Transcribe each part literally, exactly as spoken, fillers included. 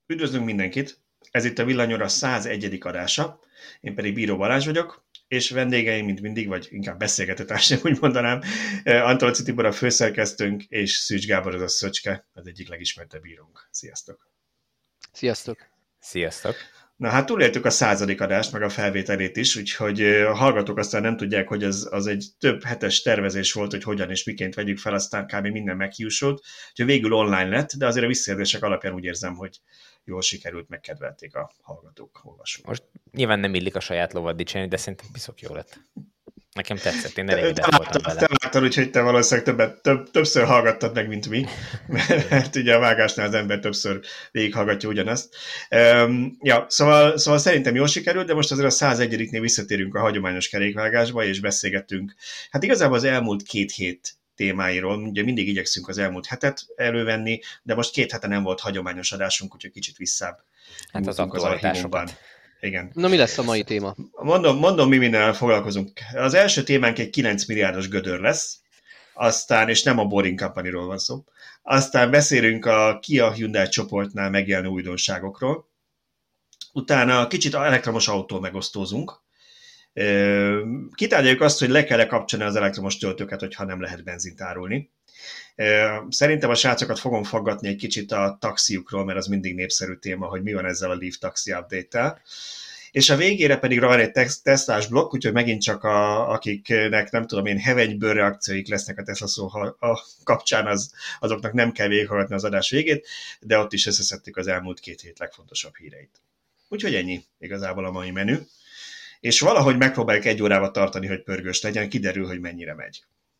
Üdvözlünk mindenkit! Ez itt a Villanyóra százegyedik adása, én pedig Bíró Balázs vagyok, és vendégeim, mint mindig, vagy inkább beszélgetőtársaim, úgy mondanám, Antolci Tibor a főszerkesztőnk, és Szűcs Gábor az a Szöcske, az egyik legismertebb bírónk. Sziasztok! Sziasztok! Sziasztok! Na hát túléltük a századik adást, meg a felvételét is, úgyhogy a hallgatók aztán nem tudják, hogy az, az egy több hetes tervezés volt, hogy hogyan és miként vegyük fel, aztán kb. Minden meghiúsult, úgyhogy végül online lett, de azért a visszajelzések alapján úgy érzem, hogy jól sikerült, megkedvelték a hallgatók, olvasók. Most nyilván nem illik a saját lovat dicsérni, de szerintem piszok jó lett. Nekem tetszett, én Te, elégedett te, voltam vele. Te láttad, úgyhogy te valószínűleg többet, több, többször hallgattad meg, mint mi, mert, mert ugye a vágásnál az ember többször végighallgatja ugyanazt. Um, ja, szóval, szóval szerintem jól sikerült, de most azért a százegyediknél visszatérünk a hagyományos kerékvágásba, és beszélgettünk. Hát igazából az elmúlt két hét témáiról, ugye mindig igyekszünk az elmúlt hetet elővenni, de most két hete nem volt hagyományos adásunk, úgyhogy kicsit visszább. Hát az aktualitásokat. Igen. Na, mi lesz a mai téma? Mondom, mondom, mi mindennel foglalkozunk. Az első témánk egy kilenc milliárdos gödör lesz, aztán, és nem a Boring Company-ról van szó, aztán beszélünk a Kia Hyundai csoportnál megjelenő újdonságokról, utána kicsit elektromos autó megosztózunk, kitárgyaljuk azt, hogy le kell kapcsolni az elektromos töltőket, hogyha nem lehet benzint árulni. Szerintem a srácokat fogom faggatni egy kicsit a taxiukról, mert az mindig népszerű téma, hogy mi van ezzel a Leaf Taxi update-tel. És a végére pedig van egy Teslás blokk, úgyhogy megint csak a, akiknek nem tudom én hevenyből reakcióik lesznek a Tesla szó a kapcsán, az, azoknak nem kell végighallgatni az adás végét, de ott is összeszedtük az elmúlt két hét legfontosabb híreit. Úgyhogy ennyi igazából a mai menü. És valahogy megpróbáljuk egy órával tartani, hogy pörgős legyen, kiderül, hogy mennyire megy.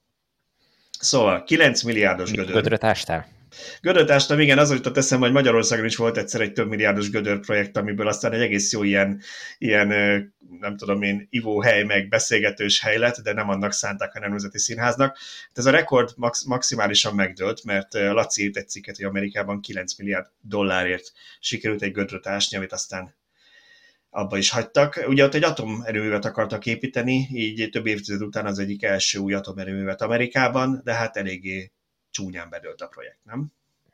Szóval kilenc milliárdos gödör. Gödröt ástál? Gödröt ástam, igen, az jutott eszembe, hogy Magyarországon is volt egyszer egy több milliárdos gödör projekt, amiből aztán egy egész jó ilyen, ilyen nem tudom én, ivóhely, meg beszélgetős hely lett, de nem annak szánták a Nemzeti Színháznak. Ez a rekord max- maximálisan megdőlt, mert Laci írt egy cikket, hogy Amerikában kilenc milliárd dollárért sikerült egy gödröt ásni, amit aztán abba is hagytak. Ugye ott egy atomerőművet akartak építeni, így több évtized után az egyik első új atomerőművet Amerikában, de hát eléggé csúnyán bedőlt a projekt, nem?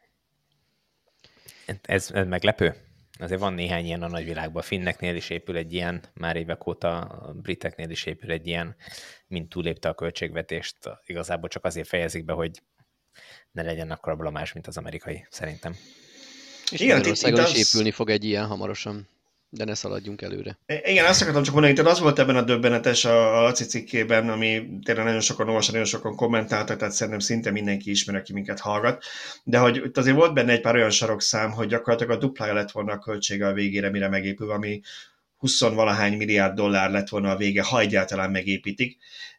Ez, ez meglepő. Azért van néhány ilyen a nagyvilágban. A finneknél is épül egy ilyen, már évek óta a briteknél is épül egy ilyen, mint túlépte a költségvetést. Igazából csak azért fejezik be, hogy ne legyen akkora blamás, mint az amerikai, szerintem. És Magyarországon is épülni fog egy ilyen hamarosan. De ne szaladjunk előre. Igen, azt akartam csak mondani, hogy az volt ebben a döbbenetes a Laci cikkében, ami tényleg nagyon sokan olvasott, nagyon sokan kommentáltak, tehát szerintem szinte mindenki ismer, aki minket hallgat, de hogy itt azért volt benne egy pár olyan sarokszám, hogy gyakorlatilag a duplája lett volna a költsége a végére, mire megépül, ami húsz-valahány milliárd dollár lett volna a vége, ha egyáltalán megépítik.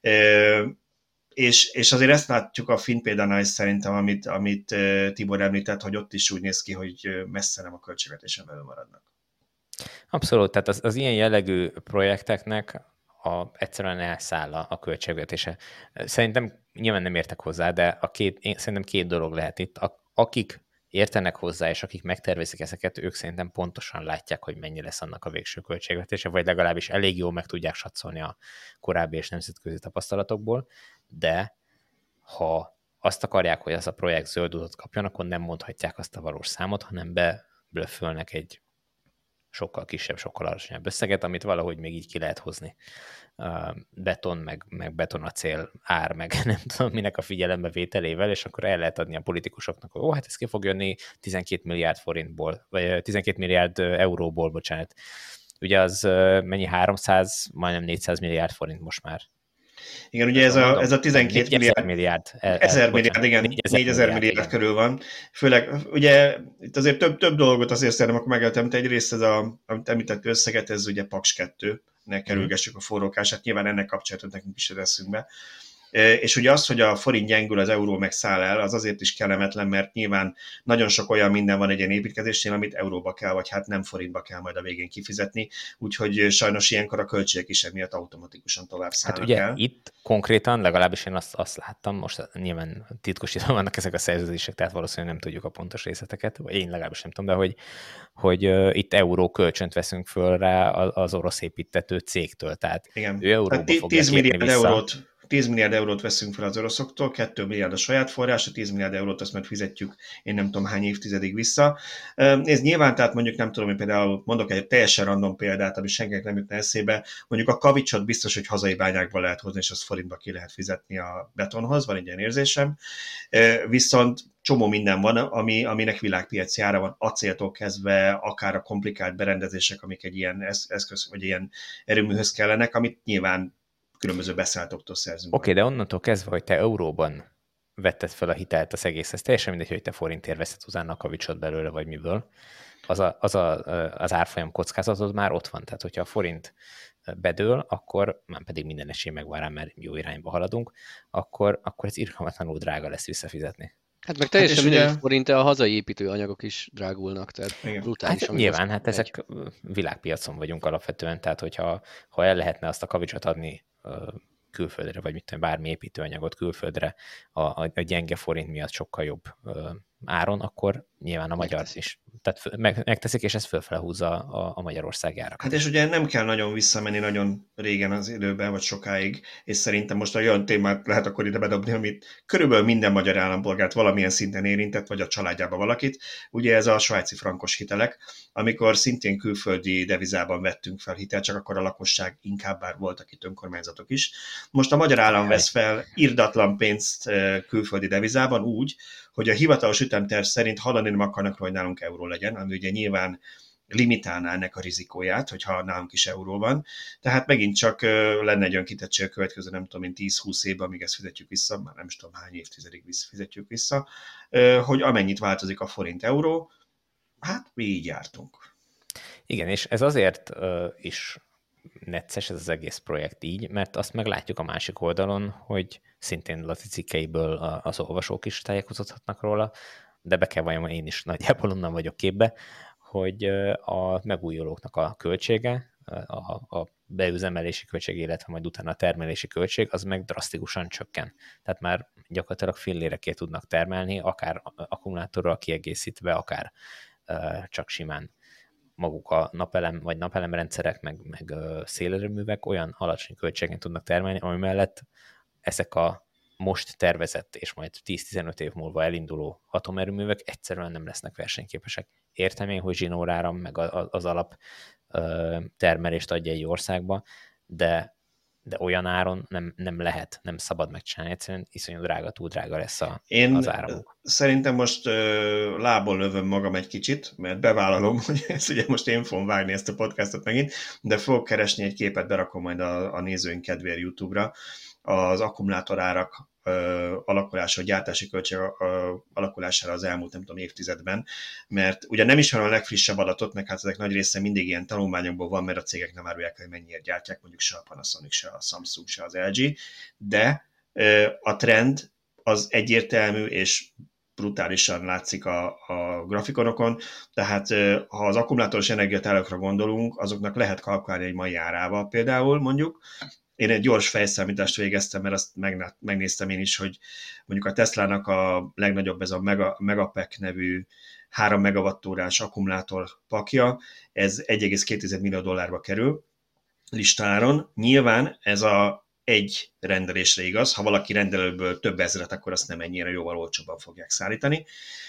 És, és azért ezt látjuk a finn példánál is szerintem, amit, amit Tibor említett, hogy ott is úgy néz ki, hogy messze nem a költségvetésen belül maradnak. Abszolút, tehát az, az ilyen jellegű projekteknek a, egyszerűen elszáll a, a költségvetése. Szerintem nyilván nem értek hozzá, de a két, én, szerintem két dolog lehet itt. A, akik értenek hozzá, és akik megtervezik ezeket, ők szerintem pontosan látják, hogy mennyi lesz annak a végső költségvetése, vagy legalábbis elég jól meg tudják satszolni a korábbi és nemzetközi tapasztalatokból, de ha azt akarják, hogy az a projekt zöld utat kapjon, akkor nem mondhatják azt a valós számot, hanem beblöffölnek egy sokkal kisebb, sokkal alacsonyabb összeget, amit valahogy még így ki lehet hozni. Uh, beton, meg, meg betonacél ár, meg nem tudom minek a figyelembevételével, és akkor el lehet adni a politikusoknak, hogy ó, hát ez ki fog jönni tizenkét milliárd forintból, vagy tizenkét milliárd euróból, bocsánat. Ugye az uh, mennyi háromszáz, majdnem négyszáz milliárd forint most már. Igen, ugye ez a, ez a tizenkét milliárd, milliárd el, ezer milliárd, igen, négyezer milliárd igen. körül van. Főleg, ugye itt azért több, több dolgot azért szerintem akkor megeltem, egyrészt ez a, amit említett összeget, ez ugye Paks kettő, ne kerülgessük a forrókását, nyilván ennek kapcsolatot nekünk is eszünkbe. És ugye az, hogy a forint gyengül, az euró megszáll el, az azért is kellemetlen, mert nyilván nagyon sok olyan minden van egy ilyen építkezésnél, amit euróba kell, vagy hát nem forintba kell majd a végén kifizetni, úgyhogy sajnos ilyenkor a költségek is emiatt automatikusan tovább szállnak hát ugye el. Itt konkrétan, legalábbis én azt, azt láttam, most nyilván titkosítva vannak ezek a szerződések, tehát valószínűleg nem tudjuk a pontos részleteket, vagy én legalábbis nem tudom, de hogy, hogy uh, itt euró kölcsönt veszünk föl rá az orosz építető cégtől, tehát igen. ő euróba tehát fogja tíz milliárd eurót tíz milliárd eurót veszünk fel az oroszoktól, két milliárd a saját forrás, a tíz milliárd eurót azt meg fizetjük én nem tudom hány évtizedig vissza. Ez nyilván, tehát mondjuk nem tudom, hogy például mondok egy teljesen random példát, ami senkinek nem jutna eszébe, mondjuk a kavicsot biztos, hogy hazai bányákba lehet hozni, és azt forintba ki lehet fizetni a betonhoz, van egy ilyen érzésem. Viszont csomó minden van, ami, aminek világpiaci ára van, acéltól kezdve, akár a komplikált berendezések, amik egy ilyen eszköz, vagy ilyen erőműhöz kellenek, amit nyilván különböző beszálltóktól szerzünk. Oké, okay, de onnantól kezdve, hogy te euróban vetted fel a hitelt az egész, ez teljesen mindegy, hogy te forintért veszed utána a kavicsot belőle, vagy miből. Az, a, az, a, az árfolyam kockázatod már ott van, tehát hogyha a forint bedől, akkor már pedig minden esély megvan rá, mert jó irányba haladunk, akkor, akkor ez irgalmatlanul drága lesz visszafizetni. Hát meg teljesen hát mindegy, ugye... forint a hazai építőanyagok is drágulnak, tehát brutálisan. Hát nyilván, hát ezek világpiacon vagyunk alapvetően, tehát hogyha ha el lehetne azt a kavicsot adni külföldre, vagy mit tudom, bármi építőanyagot külföldre a, a, a gyenge forint miatt sokkal jobb áron, akkor nyilván a magyar is. Tehát meg, megteszik, és ez fölfele húzza a, a Magyarország árakat. Hát és ugye nem kell nagyon visszamenni nagyon régen az időben, vagy sokáig, és szerintem most olyan témát lehet akkor ide bedobni, amit körülbelül minden magyar állampolgárt valamilyen szinten érintett, vagy a családjába valakit. Ugye ez a svájci frankos hitelek, amikor szintén külföldi devizában vettünk fel hitelt, csak akkor a lakosság inkább, bár voltak itt önkormányzatok is. Most a magyar állam vesz fel irdatlan pénzt külföldi devizában úgy, hogy a hivatalos ütemterv szerint hallani nem akarnak, hogy nálunk euró legyen, ami ugye nyilván limitálná ennek a rizikóját, hogyha nálunk is euró van. Tehát megint csak lenne egy olyan kitettség a következő, nem tudom én, tíz-húsz évben, amíg ezt fizetjük vissza, már nem is tudom hány évtizedig fizetjük vissza, hogy amennyit változik a forint-euró, hát mi így jártunk. Igen, és ez azért uh, is necces ez az egész projekt így, mert azt meglátjuk a másik oldalon, hogy szintén Laci cikkeiből az olvasók is tájékozódhatnak róla, de be kell valljam, én is nagyjából onnan vagyok képbe, hogy a megújulóknak a költsége, a, a beüzemelési költség, illetve majd utána a termelési költség, az meg drasztikusan csökken. Tehát már gyakorlatilag fillérekért tudnak termelni, akár akkumulátorral kiegészítve, akár csak simán maguk a napelem vagy napelemrendszerek, meg, meg szélerőművek olyan alacsony költségen tudnak termelni, ami mellett ezek a most tervezett és majd tíz-tizenöt év múlva elinduló atomerőművek egyszerűen nem lesznek versenyképesek. Értem én, hogy zsinóráram, meg az alap termelést adja egy országba, de, de olyan áron nem, nem lehet, nem szabad megcsinálni. Egyszerűen iszonyú drága, túl drága lesz a, én az áramuk. Szerintem most ö, lából lövöm magam egy kicsit, mert bevállalom, hogy ezt ugye most én fogom vágni ezt a podcastot megint, de fogok keresni egy képet, berakom majd a, a nézőink kedvéért YouTube-ra, az akkumulátorárak ö, alakulása, a gyártási költség ö, alakulására az elmúlt, nem tudom, évtizedben, mert ugye nem ismerem a legfrissebb adatot, meg hát ezek nagy része mindig ilyen tanulmányokból van, mert a cégek nem árulják, hogy mennyire gyártják, mondjuk se a Panasonic, se a Samsung, se az el gé, de ö, a trend az egyértelmű, és brutálisan látszik a, a grafikonokon, tehát ha az akkumulátoros energiatárokra gondolunk, azoknak lehet kalkulálni egy mai árával például mondjuk. Én egy gyors fejszámítást végeztem, mert azt megnéztem én is, hogy mondjuk a Teslának a legnagyobb ez a Mega, Megapack nevű három megawattórás akkumulátor pakja, ez egy egész két millió dollárba kerül listáron. Nyilván ez a egy rendelésre igaz, ha valaki rendelőből több ezret, akkor azt nem ennyire jóval olcsóbban fogják szállítani.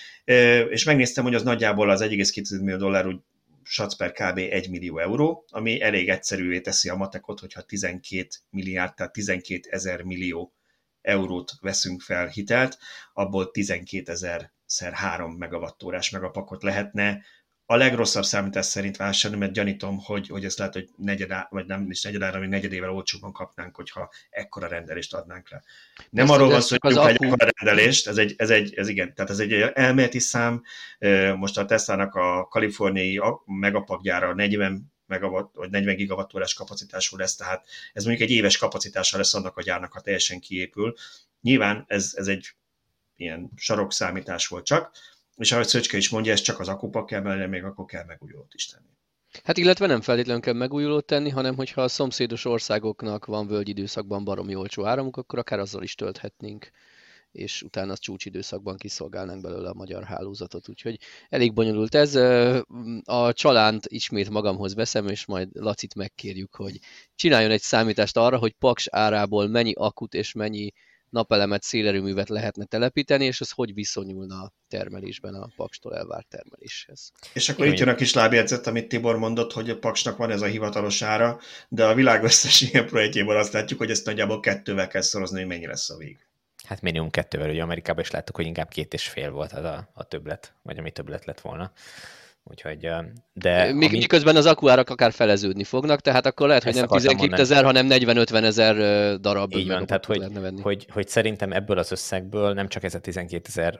És megnéztem, hogy az nagyjából az egy egész két millió dollár, úgy satsz per kb. egy millió euró, ami elég egyszerűvé teszi a matekot, hogyha tizenkét milliárd, tehát tizenkét ezer millió eurót veszünk fel hitelt, abból tizenkétezer-szer három megawattórás megapakot lehetne a legrosszabb számítás szerint vásárolni, mert gyanítom, hogy, hogy ezt lehet, hogy negyedá, vagy nem is negyedára, vagy negyedével olcsóbban kapnánk, hogyha ekkora rendelést adnánk le. Nem arról van szó, hogy egy ekkora rendelést, ez egy, ez egy, ez igen, tehát ez egy elméleti szám. Most a Teslának a kaliforniai megapakgyára negyven megawatt, vagy negyven gigawattórás kapacitású lesz, tehát ez mondjuk egy éves kapacitása lesz annak a gyárnak, ha teljesen kiépül. Nyilván ez, ez egy ilyen sarokszámítás volt csak, és ahogy Szöcske is mondja, ez csak az akupak kell mellé, még akkor kell megújulót is tenni. Hát illetve nem feltétlenül kell megújulót tenni, hanem hogyha a szomszédos országoknak van völgyidőszakban baromi olcsó áramuk, akkor akár azzal is tölthetnénk és utána az csúcsidőszakban kiszolgálnánk belőle a magyar hálózatot. Úgyhogy elég bonyolult ez. A csalánt ismét magamhoz veszem, és majd Lacit megkérjük, hogy csináljon egy számítást arra, hogy Paks árából mennyi akut és mennyi napelemet, szélerőművet lehetne telepíteni, és az hogy viszonyulna a termelésben a Pakstól elvárt termeléshez. És akkor itt jön a kis lábjegyzet, amit Tibor mondott, hogy a Paksnak van ez a hivatalos ára, de a világ összes ilyen projektjéből azt látjuk, hogy ezt nagyjából kettővel kell szorozni, hogy mennyi lesz a vég. Hát minimum kettővel, ugye Amerikában is láttuk, hogy inkább két és fél volt az a, a többlet, vagy ami többlet lett volna. Úgyhogy, de... Még ami... miközben az akkuárak akár feleződni fognak, tehát akkor lehet, hogy nem tizenkét ezer, hanem negyven-ötven ezer darab. Így van, tehát hogy, hogy, hogy szerintem ebből az összegből nem csak ez a tizenkét ezer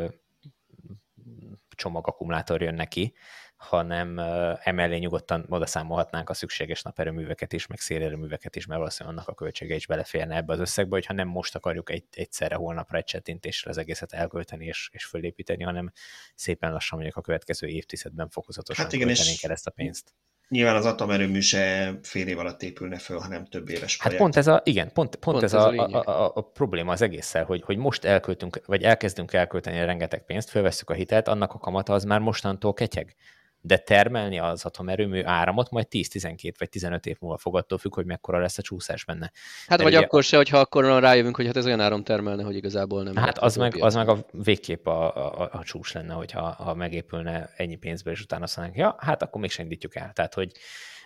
csomag akkumulátor jön neki, hanem emellé nyugodtan oda számolhatnánk a szükséges naperőműveket is, meg szélerőműveket is, mert valószínűleg annak a költsége is beleférne ebbe az összegbe, hogyha nem most akarjuk egy, egyszerre holnapra egy csettintésre az egészet elkölteni és, és fölépíteni, hanem szépen lassan mondjuk a következő évtizedben fokozatosan hát igen, költenénk el ezt a pénzt. Nyilván az atomerőmű se fél év alatt épülne föl, hanem több éves projekt. Hát pont ez a, igen, pont, pont, pont ez, ez a, a, a, a probléma az egésszel, hogy, hogy most elköltünk, vagy elkezdünk elkölteni rengeteg pénzt, fölvesszük a hitelt, annak a kamata az már mostantól ketyeg. De termelni az atomerőmű áramot majd tíz-tizenkét vagy tizenöt év múlva fog, attól függ, hogy mekkora lesz a csúszás benne. Hát mert vagy ugye, akkor se, hogyha akkor rájövünk, hogy hát ez olyan áram termelne, hogy igazából nem. Hát az meg, az meg a végképp a, a, a csúcs lenne, hogyha ha megépülne ennyi pénzből, és utána azt mondják, ja, hát akkor mégsem indítjuk el. Tehát, hogy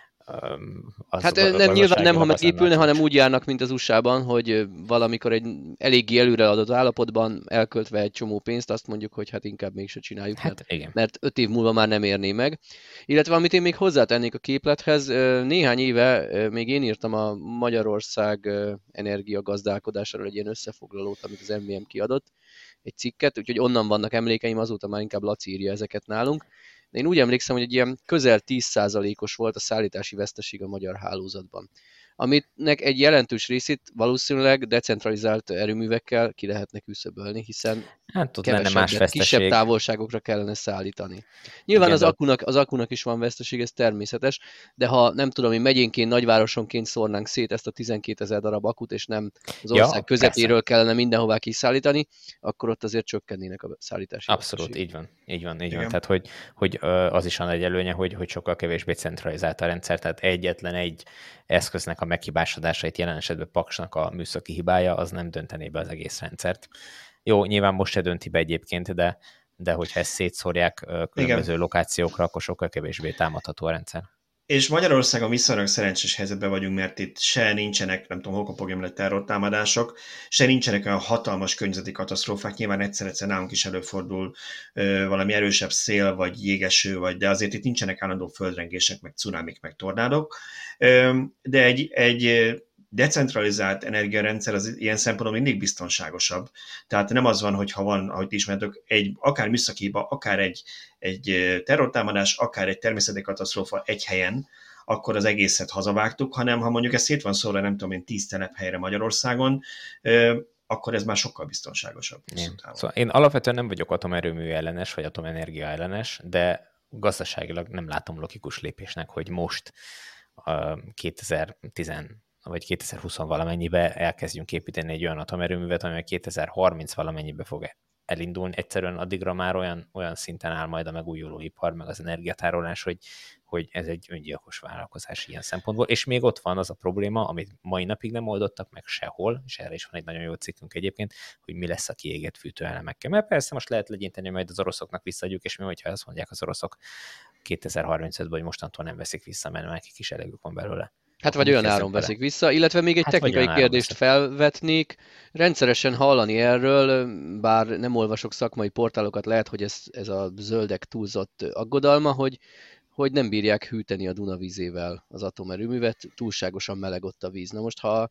Az hát nem, nyilván nem, ha megépülne, hanem úgy járnak, mint az u es á-ban, hogy valamikor egy eléggé előreadott állapotban elköltve egy csomó pénzt, azt mondjuk, hogy hát inkább mégse csináljuk, hát, mert, igen. mert öt év múlva már nem érné meg. Illetve amit én még hozzátennék a képlethez, néhány éve még én írtam a Magyarország energiagazdálkodásáról egy ilyen összefoglalót, amit az em vé em kiadott, egy cikket, úgyhogy onnan vannak emlékeim, azóta már inkább Laci írja ezeket nálunk. De én úgy emlékszem, hogy egy ilyen közel tíz százalékos volt a szállítási veszteség a magyar hálózatban, aminek egy jelentős részét valószínűleg decentralizált erőművekkel ki lehetne küszöbölni, hiszen hát, kevesebbet, kisebb távolságokra kellene szállítani. Nyilván igen, az, akunak, az akunak is van veszteség, ez természetes, de ha nem tudom, hogy megyénként, nagyvárosonként szórnánk szét ezt a tizenkétezer darab akut, és nem az ország ja, közepéről persze. kellene mindenhová kiszállítani, akkor ott azért csökkennének a szállítási Abszolút, veszteség. így van. Így van, így van. Tehát, hogy, hogy az is van egy előnye, hogy, hogy sokkal kevésbé centralizált a rendszer, tehát egyetlen egy eszköznek a meghibásodásait, jelen esetben Paksnak a műszaki hibája, az nem döntené be az egész rendszert. Jó, nyilván most se dönti be egyébként, de, de hogyha ezt szétszórják különböző igen. lokációkra, akkor sokkal kevésbé támadható a rendszer. És Magyarországon viszonylag szerencsés helyzetben vagyunk, mert itt se nincsenek, nem tudom, hol kopogjam le terrortámadások, se nincsenek olyan hatalmas környezeti katasztrófák, nyilván egyszer-egyszer nálunk is előfordul ö, valami erősebb szél, vagy jégeső, vagy, de azért itt nincsenek állandó földrengések, meg cunamik, meg tornádok, ö, de egy, egy decentralizált energiarendszer az ilyen szempontból mindig biztonságosabb. Tehát nem az van, hogy ha van, ahogy ismertök, egy, akár műszaki hiba, akár egy, egy terrortámadás, akár egy természeti katasztrófa egy helyen, akkor az egészet hazavágtuk, hanem ha mondjuk ez szét van szólva, nem tudom én, tíz telephelyre Magyarországon, akkor ez már sokkal biztonságosabb. Szóval én alapvetően nem vagyok atomerőmű ellenes, vagy atomenergia ellenes, de gazdaságilag nem látom logikus lépésnek, hogy most uh, kétezer-tíz vagy kétezer-húsz valamennyibe elkezdjünk építeni egy olyan atomerőművet, amely kétezer-harminc valamennyibe fog elindulni. Egyszerűen addigra már olyan, olyan szinten áll majd a megújuló ipar, meg az energiatárolás, hogy, hogy ez egy öngyilkos vállalkozás ilyen szempontból. És még ott van az a probléma, amit mai napig nem oldottak meg sehol, és erre is van egy nagyon jó cikkünk egyébként, hogy mi lesz a kiégett fűtőelemekkel. Mert persze most lehet legyinteni, hogy majd az oroszoknak visszaadjuk, és mi, hogyha azt mondják az oroszok kétezer-harmincötben, hogy mostantól nem veszik vissza, mert nekik is elegük van belőle. Hát vagy olyan áron veszik vissza, illetve még egy hát technikai kérdést felvetnék. Rendszeresen hallani erről, bár nem olvasok szakmai portálokat, lehet, hogy ez, ez a zöldek túlzott aggodalma, hogy, hogy nem bírják hűteni a Duna vízével az atomerőművet, túlságosan meleg ott a víz. Na most, ha,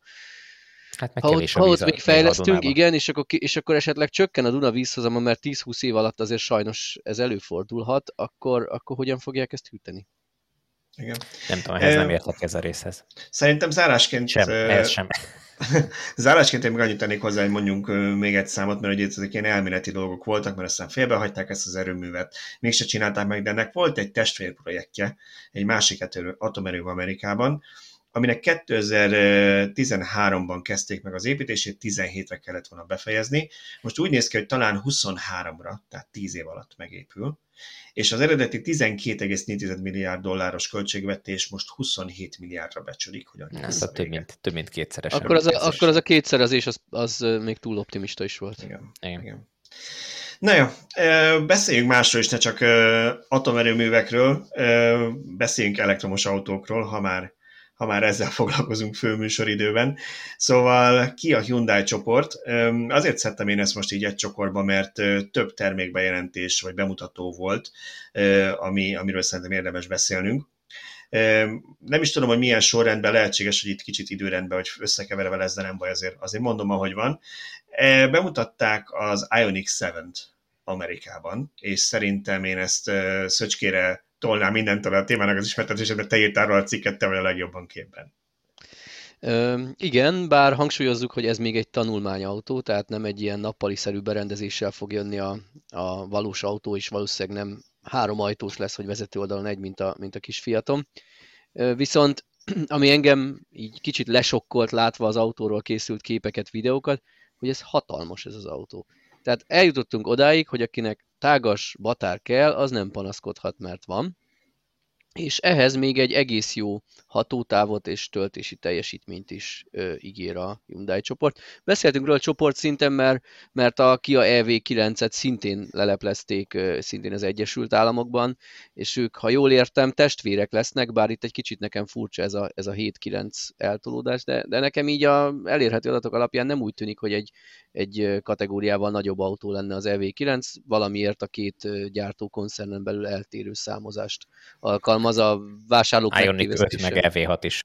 hát ha, ott, ha ott még fejlesztünk, igen, és akkor, és akkor esetleg csökken a Duna vízhozama, mert tíz-húsz év alatt azért sajnos ez előfordulhat, akkor, akkor hogyan fogják ezt hűteni? Igen. Nem tudom, ehhez nem értek ez a részhez. Szerintem zárásként... Sem, ez sem. Zárásként én még annyit tennék hozzá, hogy mondjunk még egy számot, mert ugye ezek ilyen elméleti dolgok voltak, mert aztán félbehagyták ezt az erőművet, mégse csinálták meg, de ennek volt egy testvérprojektje, egy másik atomerőmű Amerikában, aminek kétezer-tizenháromban kezdték meg az építését, tizenhétre kellett volna befejezni. Most úgy néz ki, hogy talán huszonháromra, tehát tíz év alatt megépül, és az eredeti tizenkét egész négy milliárd dolláros költségvetés most huszonhét milliárdra becsülik, hogy annyi lesz a több mint, több mint kétszeres. Akkor az, a, akkor az a kétszerezés az, az még túl optimista is volt. Igen. Igen. Igen. Na jó, beszéljünk másról is, ne csak atomerőművekről, beszéljünk elektromos autókról, ha már, ha már ezzel foglalkozunk főműsoridőben. Szóval ki a Hyundai csoport? Azért szedtem én ezt most így egy csokorba, mert több termékbejelentés vagy bemutató volt, ami, amiről szerintem érdemes beszélnünk. Nem is tudom, hogy milyen sorrendben, lehetséges, hogy itt kicsit időrendben, hogy összekeverve lesz, de nem baj, azért, azért mondom, ahogy van. Bemutatták az Ioniq hetet Amerikában, és szerintem én ezt szöcskére tolnám mindentől a témának az ismertetését, mert te írtál róla a cikket, te vagy a legjobban képben. Ö, igen, bár hangsúlyozzuk, hogy ez még egy tanulmányautó, tehát nem egy ilyen nappali-szerű berendezéssel fog jönni a, a valós autó, és valószínűleg nem három ajtós lesz, hogy vezető oldalon egy, mint a, mint a kis Fiatom. Ö, viszont ami engem így kicsit lesokkolt látva az autóról készült képeket, videókat, hogy ez hatalmas ez az autó. Tehát eljutottunk odáig, hogy akinek tágas batár kell, az nem panaszkodhat, mert van. És ehhez még egy egész jó hatótávot és töltési teljesítményt is ö, ígér a Hyundai csoport. Beszéltünk róla a csoport szinten, mert, mert a Kia E V kilencet szintén leleplezték, ö, szintén az Egyesült Államokban, és ők, ha jól értem, testvérek lesznek, bár itt egy kicsit nekem furcsa ez a, ez a hét-kilenc eltolódás, de, de nekem így a elérhető adatok alapján nem úgy tűnik, hogy egy, egy kategóriával nagyobb autó lenne az E V kilenc, valamiért a két gyártó koncernen belül eltérő számozást alkalmaz. Az a vásárlók megtévesztése. Meg E V hat is.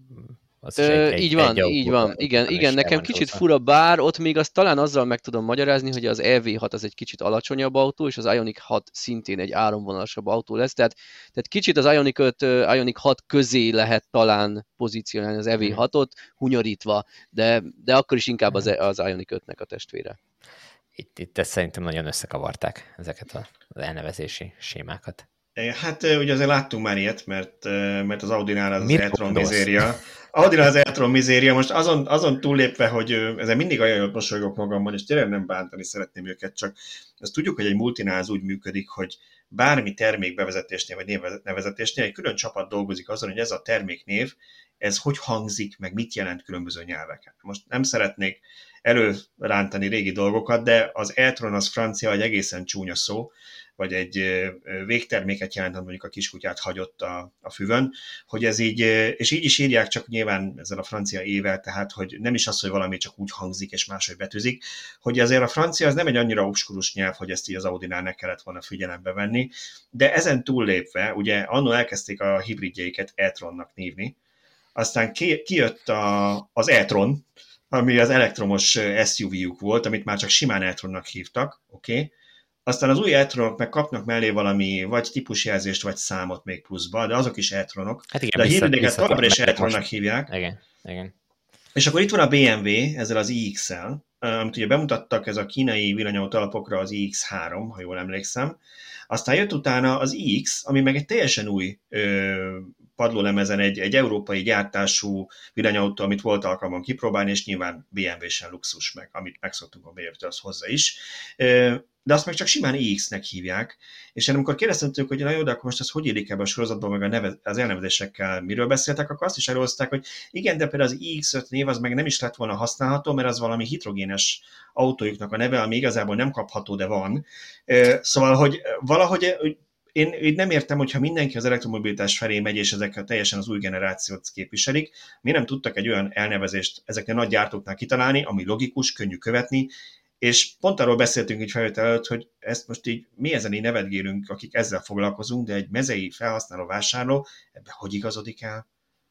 Az is egy, így egy, van, egy így van. Igen, igen nekem kicsit fura, bár ott még azt talán azzal meg tudom magyarázni, hogy az E V hat az egy kicsit alacsonyabb autó, és az Ioniq hat szintén egy áramvonalasabb autó lesz, tehát, tehát kicsit az Ioniq öt, Ioniq hat közé lehet talán pozícionálni az E V hatot, hunyorítva, de, de akkor is inkább az, az Ioniq ötnek a testvére. Itt, itt ezt szerintem nagyon összekavarták, ezeket az elnevezési sémákat. Hát ugye azért láttunk már ilyet, mert, mert az Audinál az e-tron mizéria. Audinál az e-tron mizéria, most azon, azon túllépve, hogy ezen mindig olyan jól mosolygok magamban, és tényleg nem bántani szeretném őket, csak azt tudjuk, hogy egy multinál az úgy működik, hogy bármi termékbevezetésnél vagy névnevezetésnél egy külön csapat dolgozik azon, hogy ez a terméknév, ez hogy hangzik, meg mit jelent különböző nyelveken. Most nem szeretnék előrántani régi dolgokat, de az e-tron az francia, egy egészen csúnya szó, vagy egy végterméket jelent, mondjuk a kiskutyát hagyott a, a füvön, hogy ez így, és így is írják, csak nyilván ezzel a francia ével, tehát hogy nem is az, hogy valami csak úgy hangzik és máshogy betűzik, hogy azért a francia az nem egy annyira obskurus nyelv, hogy ezt így az Audinál ne kellett volna figyelembe venni, de ezen túllépve, ugye annó elkezdték a hibridjeiket e-tronnak névni, aztán ki, kijött a, az e-tron, ami az elektromos es u vé-juk volt, amit már csak simán e-tronnak hívtak, oké, okay? Aztán az új e-tronok meg kapnak mellé valami vagy típusjelzést, vagy számot még pluszba, de azok is e-tronok. Hát igen, de a hibrideket továbbra is e-tronnak hívják. Igen, igen. És akkor itt van a bé em vé ezzel az i iksz-el, amit ugye bemutattak, ez a kínai villanyautó alapokra az i iksz három, ha jól emlékszem. Aztán jött utána az iX, ami meg egy teljesen új ö, padlólemezen egy, egy európai gyártású villanyautó, amit volt alkalmam kipróbálni, és nyilván bé em vé-sen luxus, meg amit megszoktunk a bé em vé-től, az hozzá is. Ö, de azt meg csak simán i iksz-nek hívják, és én amikor kérdeztem tőlük, hogy na jó, de akkor most ez hogy érik ebbe a sorozatban, meg a neve, az elnevezésekkel miről beszéltek, akkor azt is elhozták, hogy igen, de például az i iksz öt név az meg nem is lett volna használható, mert az valami hidrogénes autójuknak a neve, ami igazából nem kapható, de van. Szóval, hogy valahogy én, én nem értem, hogyha mindenki az elektromobilitás felé megy, és ezek teljesen az új generációt képviselik, miért nem tudtak egy olyan elnevezést ezeknél a nagy gyártóknál kitalálni, ami logikus, könnyű követni, és pont arról beszéltünk így felvétel előtt, hogy ezt most így mi ezen így nevetgélünk, akik ezzel foglalkozunk, de egy mezei felhasználó vásárló ebbe hogy igazodik el?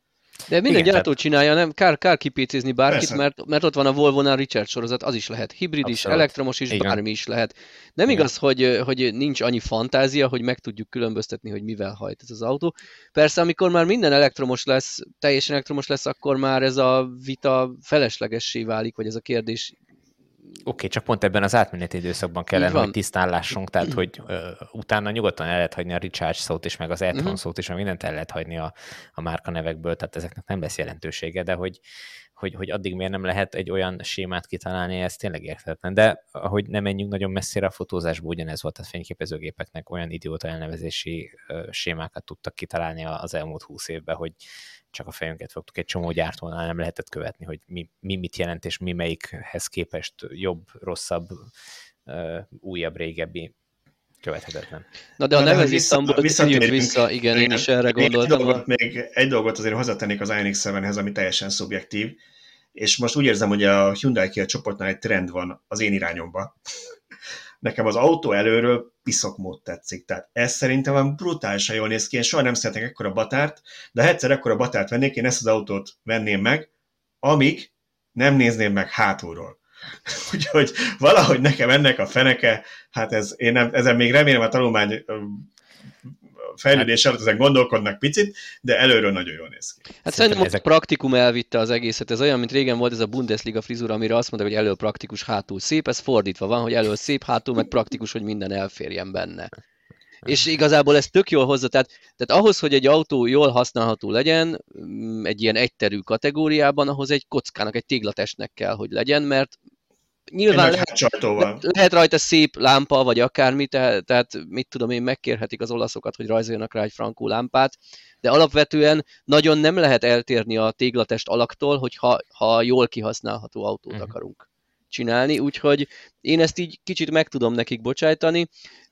De minden igen, gyártó tehát... csinálja, nem? Kár, kár kipécézni bárkit, mert, mert ott van a Volvo-nál Richard sorozat, az is lehet hibrid is, abszolút. Elektromos is, igen. Bármi is lehet. Nem igen. Igaz, hogy, hogy nincs annyi fantázia, hogy meg tudjuk különböztetni, hogy mivel hajt ez az autó. Persze, amikor már minden elektromos lesz, teljesen elektromos lesz, akkor már ez a vita feleslegessé válik, vagy ez a kérdés okay, csak pont ebben az átmeneti időszakban kellene, hogy tisztán lássunk, tehát hogy ö, utána nyugodtan el lehet hagyni a Recharge szót is, meg az e-tron uh-huh. szót is, meg mindent el lehet hagyni a, a márka nevekből, tehát ezeknek nem lesz jelentősége, de hogy, hogy, hogy addig miért nem lehet egy olyan sémát kitalálni, ez tényleg érthetetlen. De ahogy nem menjünk nagyon messzire, a fotózásból ugyanez volt, a fényképezőgépeknek olyan idióta elnevezési ö, sémákat tudtak kitalálni az elmúlt húsz évben, hogy csak a fejünket fogtuk, egy csomó gyártónál nem lehetett követni, hogy mi, mi mit jelent, és mi melyikhez képest jobb, rosszabb, uh, újabb, régebbi, követhetetlen. Na de a nevezésszámból térjünk vissza, igen, én is erre gondoltam. Egy dolgot, még egy dolgot azért hozzátennék az Ioniq héthez, ami teljesen szubjektív, és most úgy érzem, hogy a Hyundai Kia csoportnál egy trend van az én irányomba. Nekem az autó előről piszokmód tetszik. Tehát ez szerintem van brutálisan jól néz ki. Én soha nem szeretek ekkora batárt, de ha egyszer ekkora batárt vennék, én ezt az autót venném meg, amíg nem nézném meg hátulról. Úgyhogy valahogy nekem ennek a feneke, hát ez, én nem, ezen még remélem a tanulmány fejlődés alatt ezen gondolkodnak picit, de előről nagyon jól néz ki. Hát szerintem ezek... a praktikum elvitte az egészet. Ez olyan, mint régen volt ez a Bundesliga frizura, amire azt mondta, hogy elől praktikus, hátul szép. Ez fordítva van, hogy elől szép, hátul meg praktikus, hogy minden elférjen benne. És igazából ez tök jól hozza. Tehát, tehát ahhoz, hogy egy autó jól használható legyen, egy ilyen egyterű kategóriában, ahhoz egy kockának, egy téglatestnek kell, hogy legyen, mert nyilván lehet, lehet rajta szép lámpa, vagy akármi, tehát, tehát mit tudom én, megkérhetik az olaszokat, hogy rajzoljanak rá egy frankó lámpát, de alapvetően nagyon nem lehet eltérni a téglatest alaktól, hogyha ha jól kihasználható autót uh-huh. akarunk csinálni, úgyhogy én ezt így kicsit meg tudom nekik bocsájtani,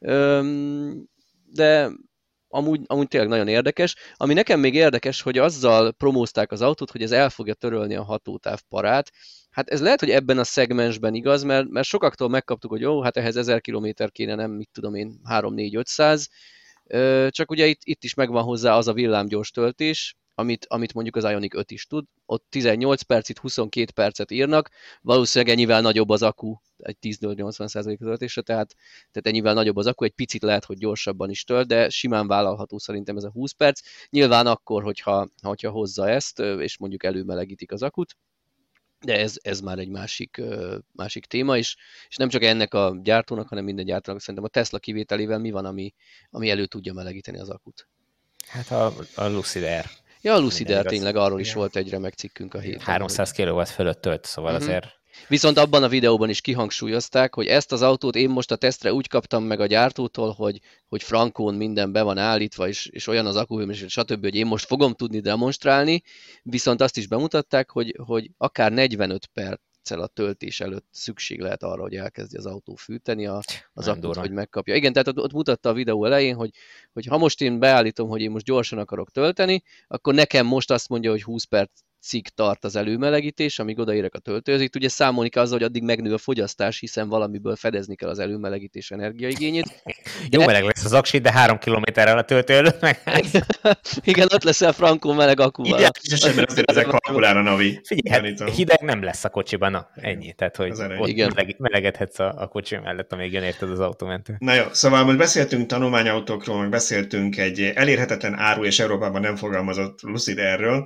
de amúgy, amúgy tényleg nagyon érdekes. Ami nekem még érdekes, hogy azzal promózták az autót, hogy ez el fogja törölni a hatótávparát. Hát ez lehet, hogy ebben a szegmensben igaz, mert, mert sokaktól megkaptuk, hogy jó, hát ehhez ezer kilométer kéne, nem, mit tudom én, három-négy-ötszáz. Csak ugye itt, itt is megvan hozzá az a villámgyors töltés, amit, amit mondjuk az Ioniq öt is tud. Ott tizennyolc perc, itt huszonkét percet írnak, valószínűleg ennyivel nagyobb az akku, egy tíztől nyolcvan százalék töltésre, tehát, tehát ennyivel nagyobb az akku, egy picit lehet, hogy gyorsabban is tölt, de simán vállalható szerintem ez a húsz perc. Nyilván akkor, hogyha, hogyha hozza ezt, és mondjuk előmelegítik az akut, de ez, ez már egy másik, másik téma is, és nem csak ennek a gyártónak, hanem minden gyártónak, szerintem a Tesla kivételével mi van, ami, ami elő tudja melegíteni az akut? Hát a, a Lucid Air. Ja, a Lucid Air tényleg, arról is volt egy remek cikkünk a héten. háromszáz kilowatt fölött tölt, szóval uh-huh. azért... Viszont abban a videóban is kihangsúlyozták, hogy ezt az autót én most a tesztre úgy kaptam meg a gyártótól, hogy, hogy frankón minden be van állítva, és, és olyan az akku, és stb., hogy én most fogom tudni demonstrálni, viszont azt is bemutatták, hogy, hogy akár negyvenöt perccel a töltés előtt szükség lehet arra, hogy elkezdje az autó fűteni a, az akut, durva. Hogy megkapja. Igen, tehát ott, ott mutatta a videó elején, hogy, hogy ha most én beállítom, hogy én most gyorsan akarok tölteni, akkor nekem most azt mondja, hogy húsz perc cig tart az előmelegítés, amíg odaérek a töltőhöz. Itt ugye számolni kell azzal, hogy addig megnő a fogyasztás, hiszen valamiből fedezni kell az előmelegítés energiaigényét. De... Jó meleg lesz az aksi, de három kilométerrel a töltő előtt meg. Igen, ott leszel frankó meleg akúval. Igen, és esetben azért ezek kalkulál a navi. Figyelj, hát hideg nem lesz a kocsiban, na, ennyi. Tehát, hogy ott meleg, melegedhetsz a, a kocsi mellett, amíg jön érted az autómentő. Na jó, szóval most beszéltünk tanulmányautókról, meg beszéltünk egy elérhetetlen áru és Európában nem fogalmazott Lucid Airről.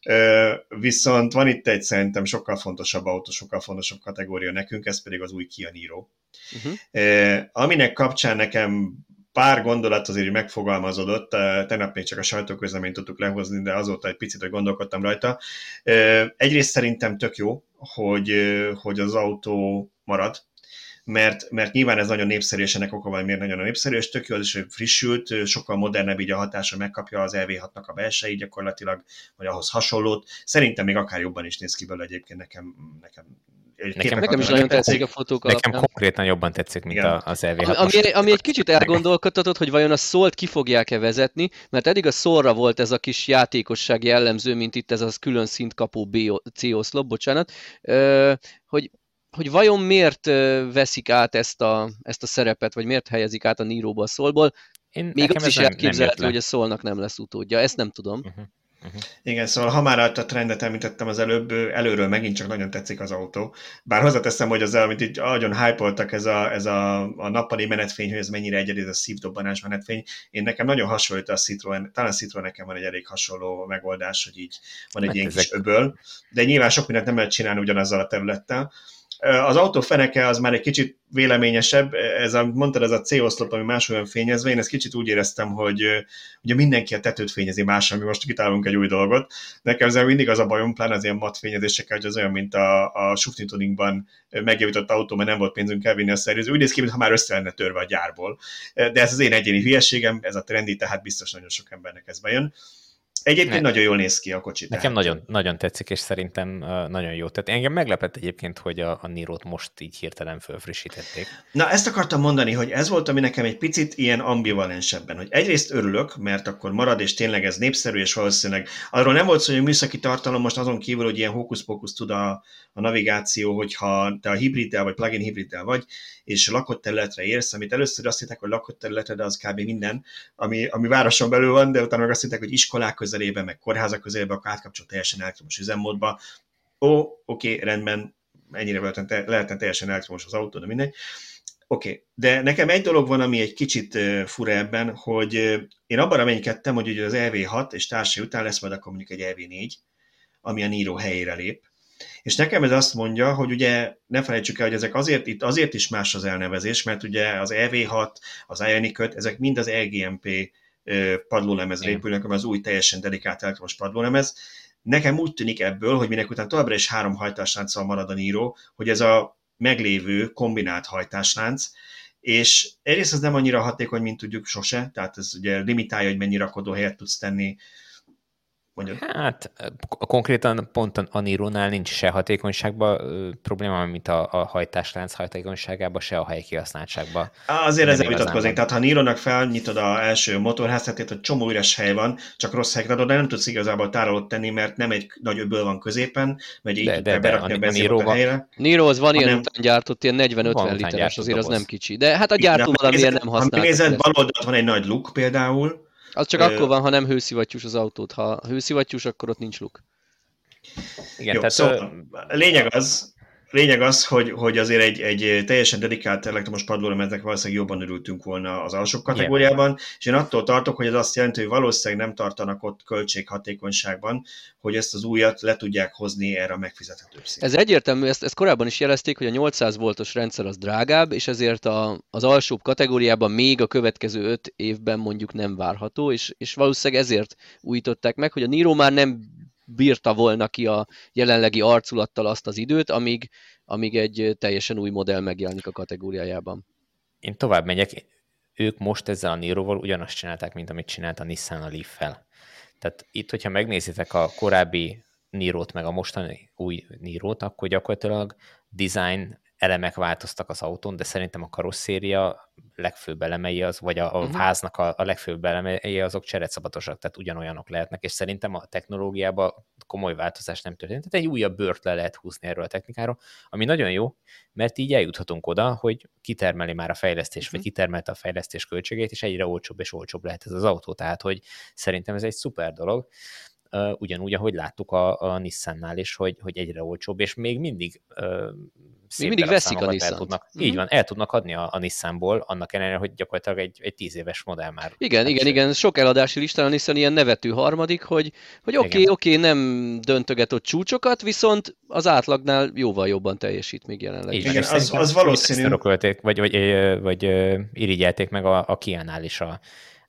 Viszont van itt egy szerintem sokkal fontosabb autó, sokkal fontosabb kategória nekünk, ez pedig az új Kia Niro. Uh-huh. Aminek kapcsán nekem pár gondolat azért megfogalmazódott, tegnap még csak a sajtóközleményt tudtuk lehozni, de azóta egy picit, hogy gondolkodtam rajta. Egyrészt szerintem tök jó, hogy, hogy az autó marad, Mert, mert nyilván ez nagyon népszerű, és ennek oka van, miért nagyon népszerű, és tök jó, az is, hogy frissült, sokkal modernebb így a hatása, megkapja az E V hatnak a belsejét gyakorlatilag, vagy ahhoz hasonlót. Szerintem még akár jobban is néz ki belőle egyébként nekem. Nekem, nekem, nekem is nagyon tetszik a fotók alapján. Nekem konkrétan jobban tetszik, mint igen. az E V hat. Ami, ami, ami egy kicsit elgondolkodtatott, hogy vajon a Soul-t ki fogják-e vezetni, mert eddig a Soul-ra volt ez a kis játékosság jellemző, mint itt ez az külön szintkapó C oszlop, bocsánat, hogy hogy vajon miért veszik át ezt a, ezt a szerepet, vagy miért helyezik át a Niroba a Soulból. Én, még azt is elképzelhető, hogy a Soulnak nem lesz utódja. Ezt nem tudom. Uh-huh. Uh-huh. Igen, szóval ha már a trendet említettem az előbb, előről megint csak nagyon tetszik az autó. Bár hozzáteszem, hogy az, amit így nagyon hype-oltak, ez a, ez a, a nappali menetfény, hogy ez mennyire egyedi, ez a szívdobbanás menetfény. Én nekem nagyon hasonlít a Citroen, talán Citroen nekem van egy elég hasonló megoldás, hogy így van egy hát ilyen ezek... kis öböl, de nyilván sok mindent nem lehet csinálni ugyanazzal a területtel. Az autó feneke az már egy kicsit véleményesebb, ez a, mondtad, ez a C-oszlop, ami máshol fényezve, én ezt kicsit úgy éreztem, hogy ugye mindenki a tetőt fényezi mással, mi most kitálunk egy új dolgot. Nekem ezzel mindig az a bajom, pláne az ilyen mat fényezésekkel, hogy az olyan, mint a, a Sufni Tuningban megjavított autó, mert nem volt pénzünk elvinni a szerviző. Úgy néz ki, mintha már össze lenne törve a gyárból. De ez az én egyéni hülyeségem, ez a trendi, tehát biztos nagyon sok embernek ez bejön. Egyébként ne. nagyon jól néz ki a kocsi. Nekem nagyon, nagyon tetszik, és szerintem uh, nagyon jó. Tehát engem meglepett egyébként, hogy a, a Niro-t most így hirtelen fölfrissítették. Na, ezt akartam mondani, hogy ez volt, ami nekem egy picit ilyen ambivalensebben, hogy egyrészt örülök, mert akkor marad, és tényleg ez népszerű, és valószínűleg arról nem volt szó, hogy műszaki tartalom, most azon kívül, hogy ilyen hókusz-pókusz tud a, a navigáció, hogyha te a hibriddel vagy plug-in hibriddel vagy, és lakott területre érsz, amit először azt hitták, hogy lakott területre, de az kb. Minden, ami, ami városon belül van, de utána meg azt hitták, hogy iskolák közelében, meg kórházak közelében, akkor átkapcsol teljesen elektromos üzemmódba. Ó, oké, rendben, ennyire lehetne, lehetne teljesen elektromos az autó, de mindegy. Oké, okay. De nekem egy dolog van, ami egy kicsit fura ebben, hogy én abban reménykedtem, hogy ugye az E V hat és társai után lesz majd akkor mondjuk egy E V négy, ami a Niro helyére lép. És nekem ez azt mondja, hogy ugye ne felejtsük el, hogy ezek azért, itt azért is más az elnevezés, mert ugye az E V hat, az Ioniq, ezek mind az E G M P padlólemezre épülnek, ami az új teljesen dedikált elektromos padlólemez. Nekem úgy tűnik ebből, hogy minek után továbbra is három hajtáslánccal marad a Niro, hogy ez a meglévő kombinált hajtáslánc, és egyrészt ez nem annyira hatékony, mint tudjuk sose, tehát ez ugye limitálja, hogy mennyi rakodóhelyet tudsz tenni. Mondjad. Hát konkrétan pont a Niro-nál nincs se hatékonyságban probléma, mint a, a hajtáslánc hatékonyságában, se a helyi kihasználtságban. Azért ezzel vitatkozik, tehát ha Niro-nak felnyitod az első motorháztetét, hogy csomó üres hely van, csak rossz helyekre adod, de nem tudsz igazából tárolót tenni, mert nem egy nagy öböl van középen, mert így de, de, berakni a, a benzinot a helyre. Nirohoz van ilyen után gyártott, ilyen negyven-ötven literes, azért az nem kicsi. De hát a gyártó valamiért nem használ. Ha nézed, bal oldalt van egy nagy luk például. Az csak Ö... akkor van, ha nem hőszivattyús az autót. Ha hőszivattyús, akkor ott nincs luk. Igen, Jó, tehát szóval a lényeg az, lényeg az hogy, hogy azért egy, egy teljesen dedikált elektromos padlólemeznek valószínűleg jobban örültünk volna az alsóbb kategóriában, yeah. És én attól tartok, hogy ez azt jelenti, hogy valószínűleg nem tartanak ott költséghatékonyságban, hogy ezt az újat le tudják hozni erre a megfizethetőbb szintre. Ez egyértelmű, ezt, ezt korábban is jelezték, hogy a nyolcszáz voltos rendszer az drágább, és ezért a, az alsóbb kategóriában még a következő öt évben mondjuk nem várható, és, és valószínűleg ezért újították meg, hogy a Niro már nem bírta volna ki a jelenlegi arculattal azt az időt, amíg, amíg egy teljesen új modell megjelenik a kategóriájában. Én tovább megyek, ők most ezzel a Niroval ugyanazt csinálták, mint amit csinált a Nissan a Leaf-fel. Tehát itt, hogyha megnézitek a korábbi Nirot, meg a mostani új Nirot, akkor gyakorlatilag design elemek változtak az autón, de szerintem a karosszéria legfőbb elemei az, vagy a, a uh-huh. háznak a, a legfőbb elemei azok csereszabatosak, tehát ugyanolyanok lehetnek, és szerintem a technológiában komoly változás nem történt. Tehát egy újabb bőrt le lehet húzni erről a technikáról, ami nagyon jó, mert így eljuthatunk oda, hogy kitermeli már a fejlesztés, uh-huh. vagy kitermelte a fejlesztés költségét, és egyre olcsóbb és olcsóbb lehet ez az autó, tehát hogy szerintem ez egy szuper dolog. Uh, ugyanúgy, ahogy láttuk a, a Nissannál is, hogy, hogy egyre olcsóbb, és még mindig uh, még mindig veszik a Nissan. Tudnak, mm-hmm. Így van, el tudnak adni a, a Nissanból, annak ellenére, hogy gyakorlatilag egy, egy tíz éves modell már. Igen, igen, igen, sok eladási listán a Nissan ilyen nevető harmadik, hogy, hogy oké, okay, oké, okay, nem döntöget ott csúcsokat, viszont az átlagnál jóval jobban teljesít még jelenleg. Igen, igen az, az valószínű. Vagy, vagy, vagy, vagy irigyelték meg a, a Kia-nál is a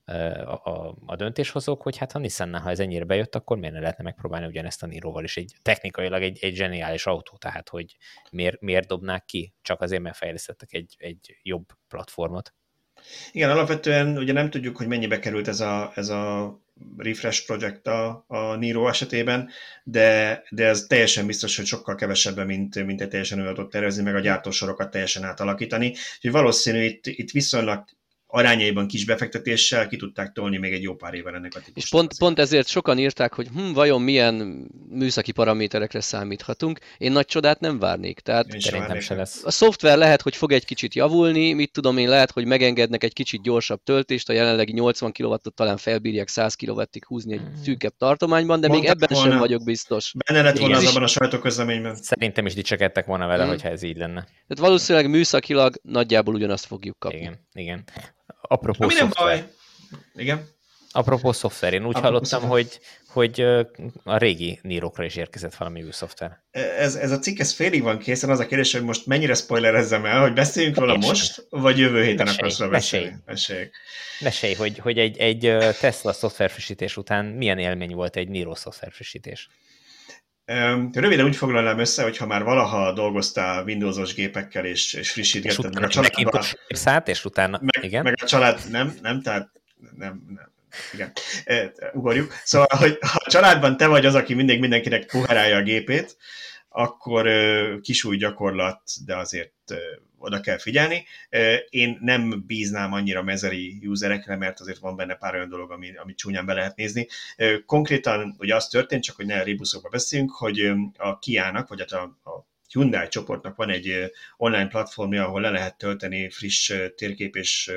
A, a, a döntéshozók, hogy hát ha Nissannál, ha ez ennyire bejött, akkor miért ne lehetne megpróbálni ugyanezt a Niroval is. Egy, technikailag egy, egy zseniális autó, tehát hogy miért, miért dobnák ki? Csak azért, mert fejlesztettek egy, egy jobb platformot. Igen, alapvetően ugye nem tudjuk, hogy mennyibe került ez a, ez a refresh projekt a, a Niro esetében, de, de ez teljesen biztos, hogy sokkal kevesebben, mint, mint egy teljesen olyan adott tervezni, meg a gyártósorokat teljesen átalakítani. Úgyhogy valószínű itt, itt viszonylag arányaiban kis befektetéssel ki tudták tolni még egy jó pár éven ennek a típusnak. És pont, pont ezért sokan írták, hogy hm, vajon milyen műszaki paraméterekre számíthatunk. Én nagy csodát nem várnék. Tehát szerintem se lesz. A szoftver lehet, hogy fog egy kicsit javulni, mit tudom én, lehet, hogy megengednek egy kicsit gyorsabb töltést, a jelenlegi nyolcvan kilowattot talán felbírják száz kilowattig húzni egy szűkebb tartományban, de Mondtak még ebben volna, sem vagyok biztos. Benne lett volna az abban a sajtóközleményben. Szerintem is dicsekedtek volna vele, hmm. hogyha ez így lenne. Tehát valószínűleg műszakilag nagyjából ugyanazt fogjuk kapni. Igen, igen. Apropó Ami nem baj. Igen. Apropó szoftver, én úgy Apropó hallottam, szoftver. hogy, hogy a régi Niro-kra is érkezett valami új szoftver. Ez, ez a cikk, ez félig van készen, az a kérdés, hogy most mennyire spoilerezzem el, hogy beszéljünk róla most, vagy jövő héten mesélj, akarsz róla beszélni? Mesélj, mesélj hogy, hogy egy, egy Tesla szoftverfrissítés után milyen élmény volt egy Niro szoftverfrissítés? Röviden úgy foglalnám össze, hogy ha már valaha dolgoztál Windowsos gépekkel, és, és frissítgetted meg a családban... Szállt, és utána... Meg, igen? meg a család... Nem, nem, tehát... Nem, nem. Igen, e, ugorjuk. Szóval, hogy ha a családban te vagy az, aki mindig mindenkinek puhárálja a gépét, akkor e, kisúly gyakorlat, de azért e, oda kell figyelni. E, én nem bíznám annyira mezeri userekre, mert azért van benne pár olyan dolog, ami, ami csúnyán be lehet nézni. E, konkrétan ugye az történt, csak hogy ne a rébuszokba beszéljünk, hogy a Kia-nak, vagy hát a, a Hyundai csoportnak van egy online platformja, ahol le lehet tölteni friss térkép és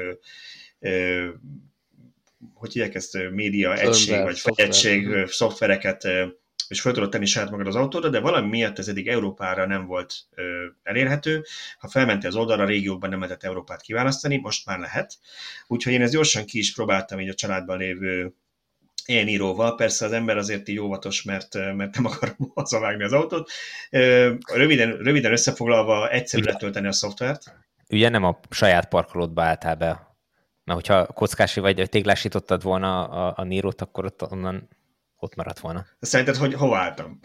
hogy hívják ezt, média egység, vagy fejegység szoftvereket, és fel tudod tenni saját magad az autóra, de valami miatt ez eddig Európára nem volt elérhető. Ha felmentél az oldalra, a régiókban nem lehetett Európát kiválasztani, most már lehet. Úgyhogy én ezt gyorsan ki is próbáltam így a családban lévő ilyen íróval. Persze az ember azért így óvatos, mert, mert nem akar hazavágni az autót. Röviden, röviden összefoglalva, egyszerű letölteni a szoftvert. Ugye nem a saját parkolódba álltál be? Mert hogyha kockási vagy téglásítottad volna a, a Niro-t, akkor ott, onnan ott maradt volna. Szerinted, hogy hova álltam?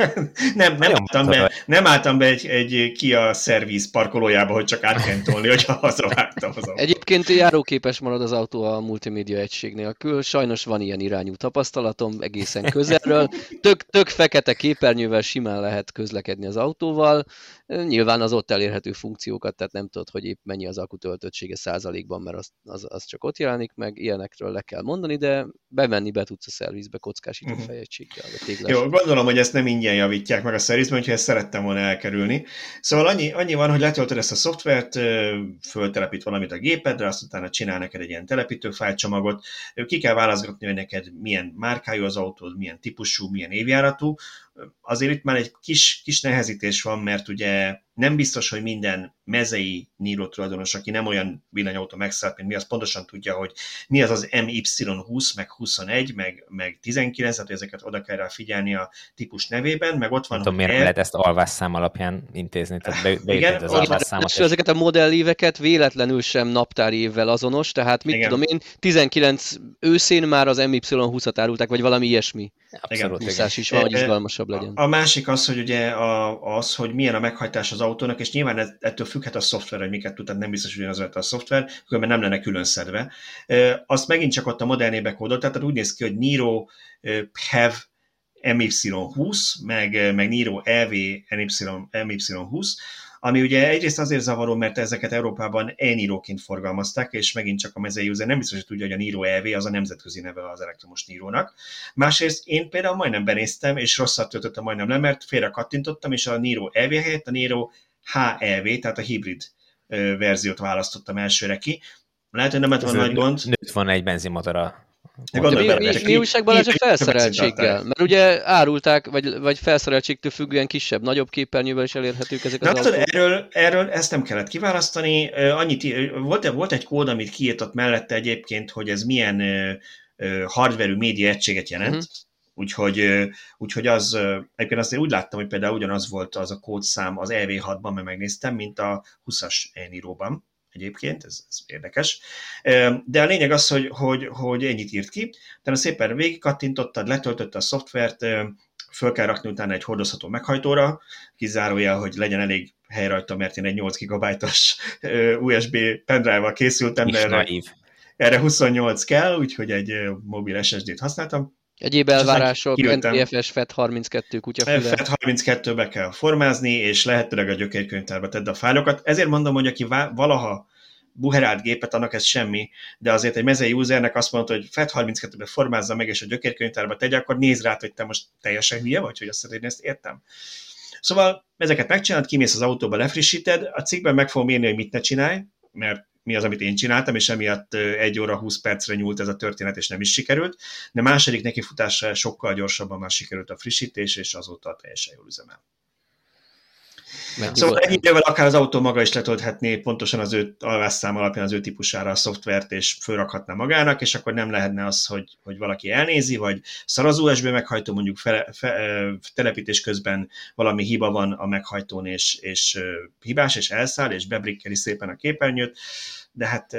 nem, nem, álltam be, nem álltam be egy, egy Kia Service parkolójába, hogy csak át kell tolni, hogyha hazavágtam az autót. Egyébként járóképes marad az autó a multimédia egység nélkül. Sajnos van ilyen irányú tapasztalatom egészen közelről. Tök, tök fekete képernyővel simán lehet közlekedni az autóval. Nyilván az ott elérhető funkciókat, tehát nem tudod, hogy épp mennyi az akkutöltöttsége százalékban, mert az, az, az csak ott jelenik meg, ilyenekről le kell mondani, de bemenni be tudsz a szervizbe kockásító uh-huh. fejegységgel. Jó, gondolom, hogy ezt nem ingyen javítják meg a szervizben, úgyhogy ezt szerettem volna elkerülni. Szóval annyi, annyi van, hogy letöltöd ezt a szoftvert, föltelepít valamit a gépedre, azt utána csinál neked egy ilyen telepítő fájlcsomagot, ki kell válaszgatni, hogy neked milyen márkájú az autód, milyen típusú, milyen évjáratú. Azért itt már egy kis, kis nehezítés van, mert ugye nem biztos, hogy minden mezei Niro tulajdonos, aki nem olyan villanyautó megszállt, mint mi, az pontosan tudja, hogy mi az az em ipszilon húsz, meg huszonegy, meg, meg tizenkilenc, tehát ezeket oda kell rá figyelni a típus nevében, meg ott van... Nem tudom, miért el... lehet ezt alvásszám alapján intézni, tehát be, beütöd az alvásszámot. És ezeket a modelléveket véletlenül sem naptári évvel azonos, tehát mit igen. tudom én, tizenkilenc őszén már az em ipszilon húszat árulták, vagy valami ilyesmi. Abszolút, húszás is van, hogy izgalmasabb legyen. A, a másik az, hogy ugye a, az, hogy milyen a meghajtás az autónak, és nyilván ettől függhet a szoftver, hogy miket tud, tehát nem biztos, hogy ugyanaz a szoftver, különben nem lenne külön szedve. Azt megint csak ott a modellnébe kódolt, tehát úgy néz ki, hogy Niro Have em ipszilon húsz, meg, meg Niro e vé em ipszilon húsz, ami ugye egyrészt azért zavaró, mert ezeket Európában e-Niroként forgalmazták, és megint csak a mezei user nem biztos, hogy tudja, hogy a Niro e vé az a nemzetközi neve az elektromos Nirónak. Másrészt én például majdnem benéztem, és rosszat töltöttem majdnem le, mert félre kattintottam, és a Niro e vé helyett a Niro há e vé, tehát a hibrid verziót választottam elsőre ki. Lehet, hogy nem lett volna nagy gond. Nőtt van egy benzinmotora. De mi, mi, mi újságban ez a felszereltséggel? Mert ugye árulták, vagy, vagy felszereltségtől függően kisebb, nagyobb képernyővel is elérhetők ezek az autók. Tudod, erről, erről ezt nem kellett kiválasztani. Annyit, volt, volt egy kód, amit kiírtott mellette egyébként, hogy ez milyen uh, hardware-ű média egységet jelent. Uh-huh. Úgyhogy, úgyhogy az, egyébként azt én úgy láttam, hogy például ugyanaz volt az a kódszám az e vé hatban, mert megnéztem, mint a húszas e-Niróban. Egyébként, ez, ez érdekes. De a lényeg az, hogy, hogy, hogy ennyit írt ki, utána szépen végig kattintottad, letöltötte a szoftvert, föl kell rakni utána egy hordozható meghajtóra, kizárójel, hogy legyen elég hely rajta, mert én egy nyolc gigabájtos u es bé pendrive-val készültem, de erre, erre huszonnyolc kell, úgyhogy egy mobil es es dét használtam. Egyéb elvárások, en té ef es, FAT harminckettő kutyafüle. FAT harminckettőbe kell formázni, és lehetőleg a gyökérkönyvtárba tedd a fájlokat. Ezért mondom, hogy aki valaha buherált gépet, annak ez semmi, de azért egy mezei usernek azt mondta, hogy FAT harminckettőbe formázza meg, és a gyökérkönyvtárba tegye, akkor nézd rá, hogy te most teljesen hülye vagy, hogy azt mondod, én ezt értem. Szóval ezeket megcsinálod, kimész az autóba, lefrissíted, a cikkben meg fogom írni, hogy mit ne csinálj, mert mi az, amit én csináltam, és emiatt egy óra húsz percre nyúlt ez a történet, és nem is sikerült, de második nekifutásra sokkal gyorsabban már sikerült a frissítés, és azóta teljesen jól üzemel. Szóval egy idővel akár az autó maga is letölthetné pontosan az ő alvásszám alapján az ő típusára a szoftvert, és fölrakhatná magának, és akkor nem lehetne az, hogy, hogy valaki elnézi, vagy szar az u es bé meghajtó, mondjuk fe, fe, telepítés közben valami hiba van a meghajtón, és, és hibás, és elszáll, és bebrikkeli szépen a képernyőt, de hát...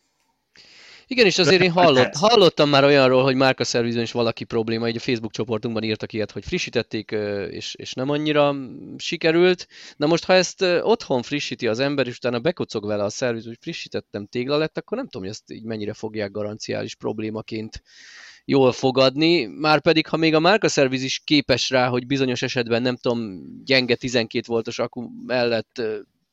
Igen, és azért én hallott, hallottam már olyanról, hogy márkaszervizben is valaki probléma, így a Facebook csoportunkban írtak ilyet, hogy frissítették, és, és nem annyira sikerült. Na most, ha ezt otthon frissíti az ember, és utána bekocog vele a szerviz, hogy frissítettem, tégla lett, akkor nem tudom, hogy ezt így mennyire fogják garanciális problémaként jól fogadni. Márpedig, ha még a márkaszerviz is képes rá, hogy bizonyos esetben, nem tudom, gyenge tizenkét voltos akku mellett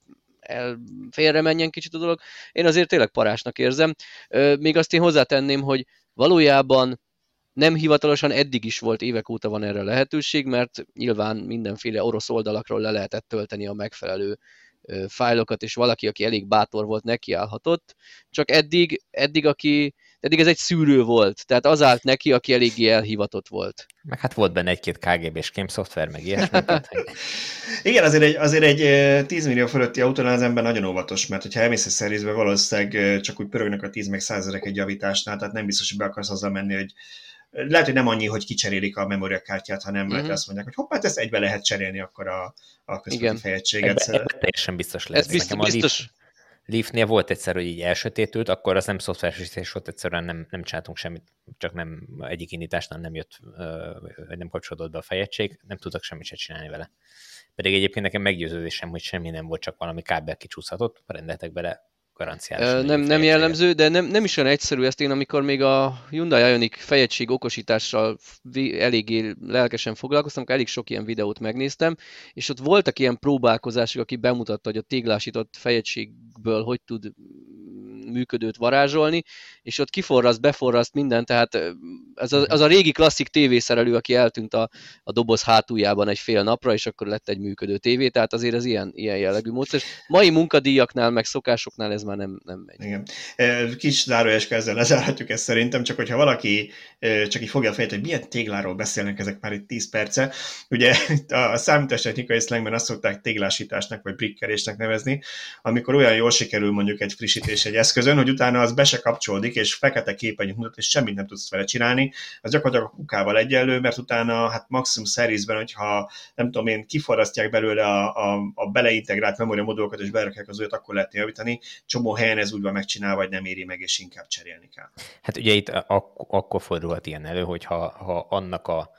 el félre menjen kicsit a dolog, én azért tényleg parásnak érzem. Még azt én hozzátenném, hogy valójában nem hivatalosan eddig is volt, évek óta van erre lehetőség, mert nyilván mindenféle orosz oldalakról le lehetett tölteni a megfelelő fájlokat, és valaki, aki elég bátor volt, nekiállhatott. Csak eddig, eddig, aki, eddig ez egy szűrő volt, tehát az állt neki, aki eléggé elhivatott volt. Meg hát volt benne egy-két ká gé bés kémszoftver, meg ilyesmiket. Igen, azért egy, azért egy tíz millió fölötti autónál az ember nagyon óvatos, mert hogyha elmész egy szervizbe, valószínűleg csak úgy pörögnek a tíz meg százezrek egy javításnál, tehát nem biztos, hogy be akarsz azzal menni, hogy lehet, hogy nem annyi, hogy kicserélik a memóriakártyát, hanem mm-hmm. lehet azt mondják, hogy hoppá, ezt egybe lehet cserélni akkor a, a központi fejegységet. Ebben ebbe teljesen biztos lesz. Ez biztos, biztos. Leafnél volt egyszer, hogy így elsötétült, akkor az nem szoftveresítés volt, egyszerűen nem, nem csináltunk semmit, csak nem egyik indításnál nem jött, vagy nem kapcsolódott be a fejegység, nem tudtak semmit se csinálni vele. Pedig egyébként nekem meggyőződésem, hogy semmi nem volt, csak valami kábel kicsúszhatott, rendeltek bele garanciális. Nem, nem jellemző, de nem, nem is olyan egyszerű ezt. Én amikor még a Hyundai Ioniq fejegység okosítással eléggé lelkesen foglalkoztam, akkor elég sok ilyen videót megnéztem, és ott voltak ilyen próbálkozások, aki bemutatta, hogy a téglásított fejegységből hogy tud működőt varázsolni, és ott kiforraszt, beforraszt minden, tehát ez a, az a régi klasszik tévészerelő, aki eltűnt a, a doboz hátuljában egy fél napra, és akkor lett egy működő tévé, tehát azért ez ilyen, ilyen jellegű módszer. Mai munkadíjaknál, meg szokásoknál ez már nem, nem megy. Igen. Kis zárójeske ezzel lezárhatjuk ezt szerintem, csak hogyha valaki csak így fogja a fejet, hogy milyen tégláról beszélnek ezek már itt tíz perce. Ugye a számítástechnikai szlengben azt szokták téglásításnak vagy brikkelésnek nevezni, amikor olyan jól sikerül mondjuk egy frissítés egy eszközön, hogy utána az be se kapcsolódik, és fekete képernyőt mutat, és semmit nem tudsz vele csinálni. Az gyakorlatilag a kukával egyenlő, mert utána hát maximum seriesben, hogyha nem tudom én, kiforrasztják belőle a, a, a beleintegrált memória modulokat, és berakják az olyat, akkor lehet javítani. Csomó helyen ez úgy van megcsinálva, vagy nem éri meg, és inkább cserélni kell. Hát ugye itt ak- akkor fordulhat ilyen elő, hogyha ha annak a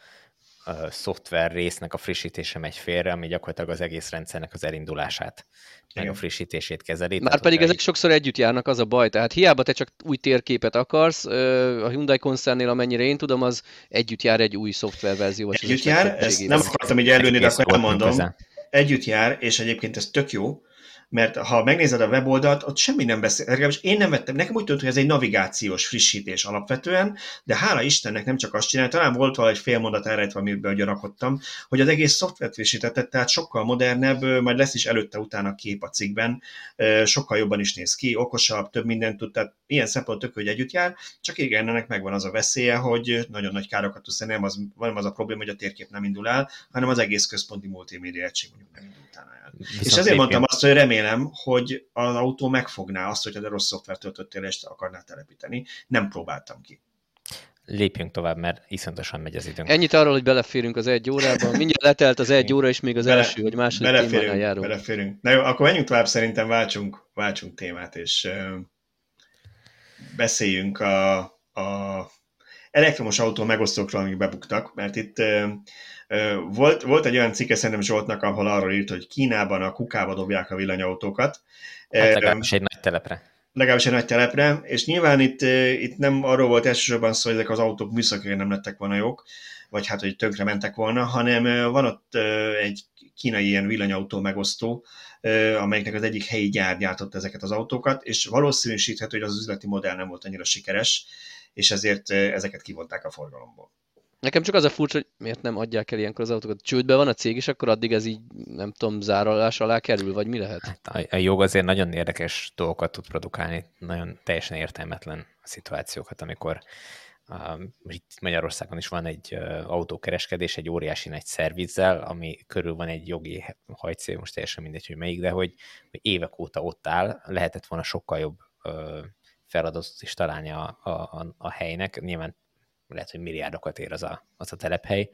a szoftver résznek a frissítése megy félre, ami gyakorlatilag az egész rendszernek az elindulását, meg igen. a frissítését kezeli. Már pedig ezek egy... sokszor együtt járnak, az a baj. Tehát hiába te csak új térképet akarsz, a Hyundai koncernnél, amennyire én tudom, az együtt jár egy új szoftververzióval. Együtt jár, ezt nem akartam így előni, de akkor elmondom. Együtt jár, és egyébként ez tök jó, mert ha megnézed a weboldalt, ott semmi nem beszél, legalábbis én nem vettem, nekem úgy tűnt, hogy ez egy navigációs frissítés alapvetően, de hála Istennek nem csak azt csinálja, talán volt valahogy fél mondat elrejtve, amiből gyanakodtam, hogy az egész szoftvert frissítettet, tehát sokkal modernebb, majd lesz is előtte-utána kép a cikkben, sokkal jobban is néz ki, okosabb, több mindent tud, tehát ilyen szempont tök, hogy együtt jár, csak igen, ennek megvan az a veszélye, hogy nagyon nagy károkat tudsz, nem az, nem az a probléma, hogy a térkép nem indul el, hanem az egész központi multimédia egység mondjuk nem indul utána el. Viszont és ezért mondtam azt, hogy remélem, hogy az autó megfogná azt, hogy a rossz szoftvert töltöttél és akarná telepíteni. Nem próbáltam ki. Lépjünk tovább, mert iszonyatosan megy az időnk. Ennyit arról, hogy beleférünk az egy órában. Mindjárt letelt az egy óra, és még az Bele, első, vagy második témánál járunk. Beleférünk. Na jó, akkor menjünk tovább, szerintem váltsunk, váltsunk témát, és uh, beszéljünk a, a elektromos autó megosztókról, amik bebuktak, mert itt uh, uh, volt, volt egy olyan cikke szerintem Zsoltnak, ahol arról írt, hogy Kínában a kukába dobják a villanyautókat. Hát legalábbis egy nagy telepre. Legalábbis egy nagy telepre, és nyilván itt, itt nem arról volt elsősorban szó, hogy ezek az autók műszakilag nem lettek volna jók, vagy hát, hogy tönkre mentek volna, hanem van ott egy kínai ilyen villanyautó megosztó, amelyiknek az egyik helyi gyár gyártott ezeket az autókat, és valószínűsíthető, hogy az üzleti modell nem volt annyira sikeres, és ezért ezeket kivonták a forgalomból. Nekem csak az a furcsa, hogy miért nem adják el ilyenkor az autókat. Csődben van a cég, és akkor addig ez így, nem tudom, záralás alá kerül, vagy mi lehet? Hát a, a jog azért nagyon érdekes dolgokat tud produkálni, nagyon teljesen értelmetlen szituációkat, amikor itt Magyarországon is van egy autókereskedés, egy óriási nagy szervizzel, ami körül van egy jogi hajcél, most teljesen mindegy, hogy melyik, de hogy, hogy évek óta ott áll, lehetett volna sokkal jobb feladatot is találni a, a, a helynek. Nyilván lehet, hogy milliárdokat ér az a, az a telephely,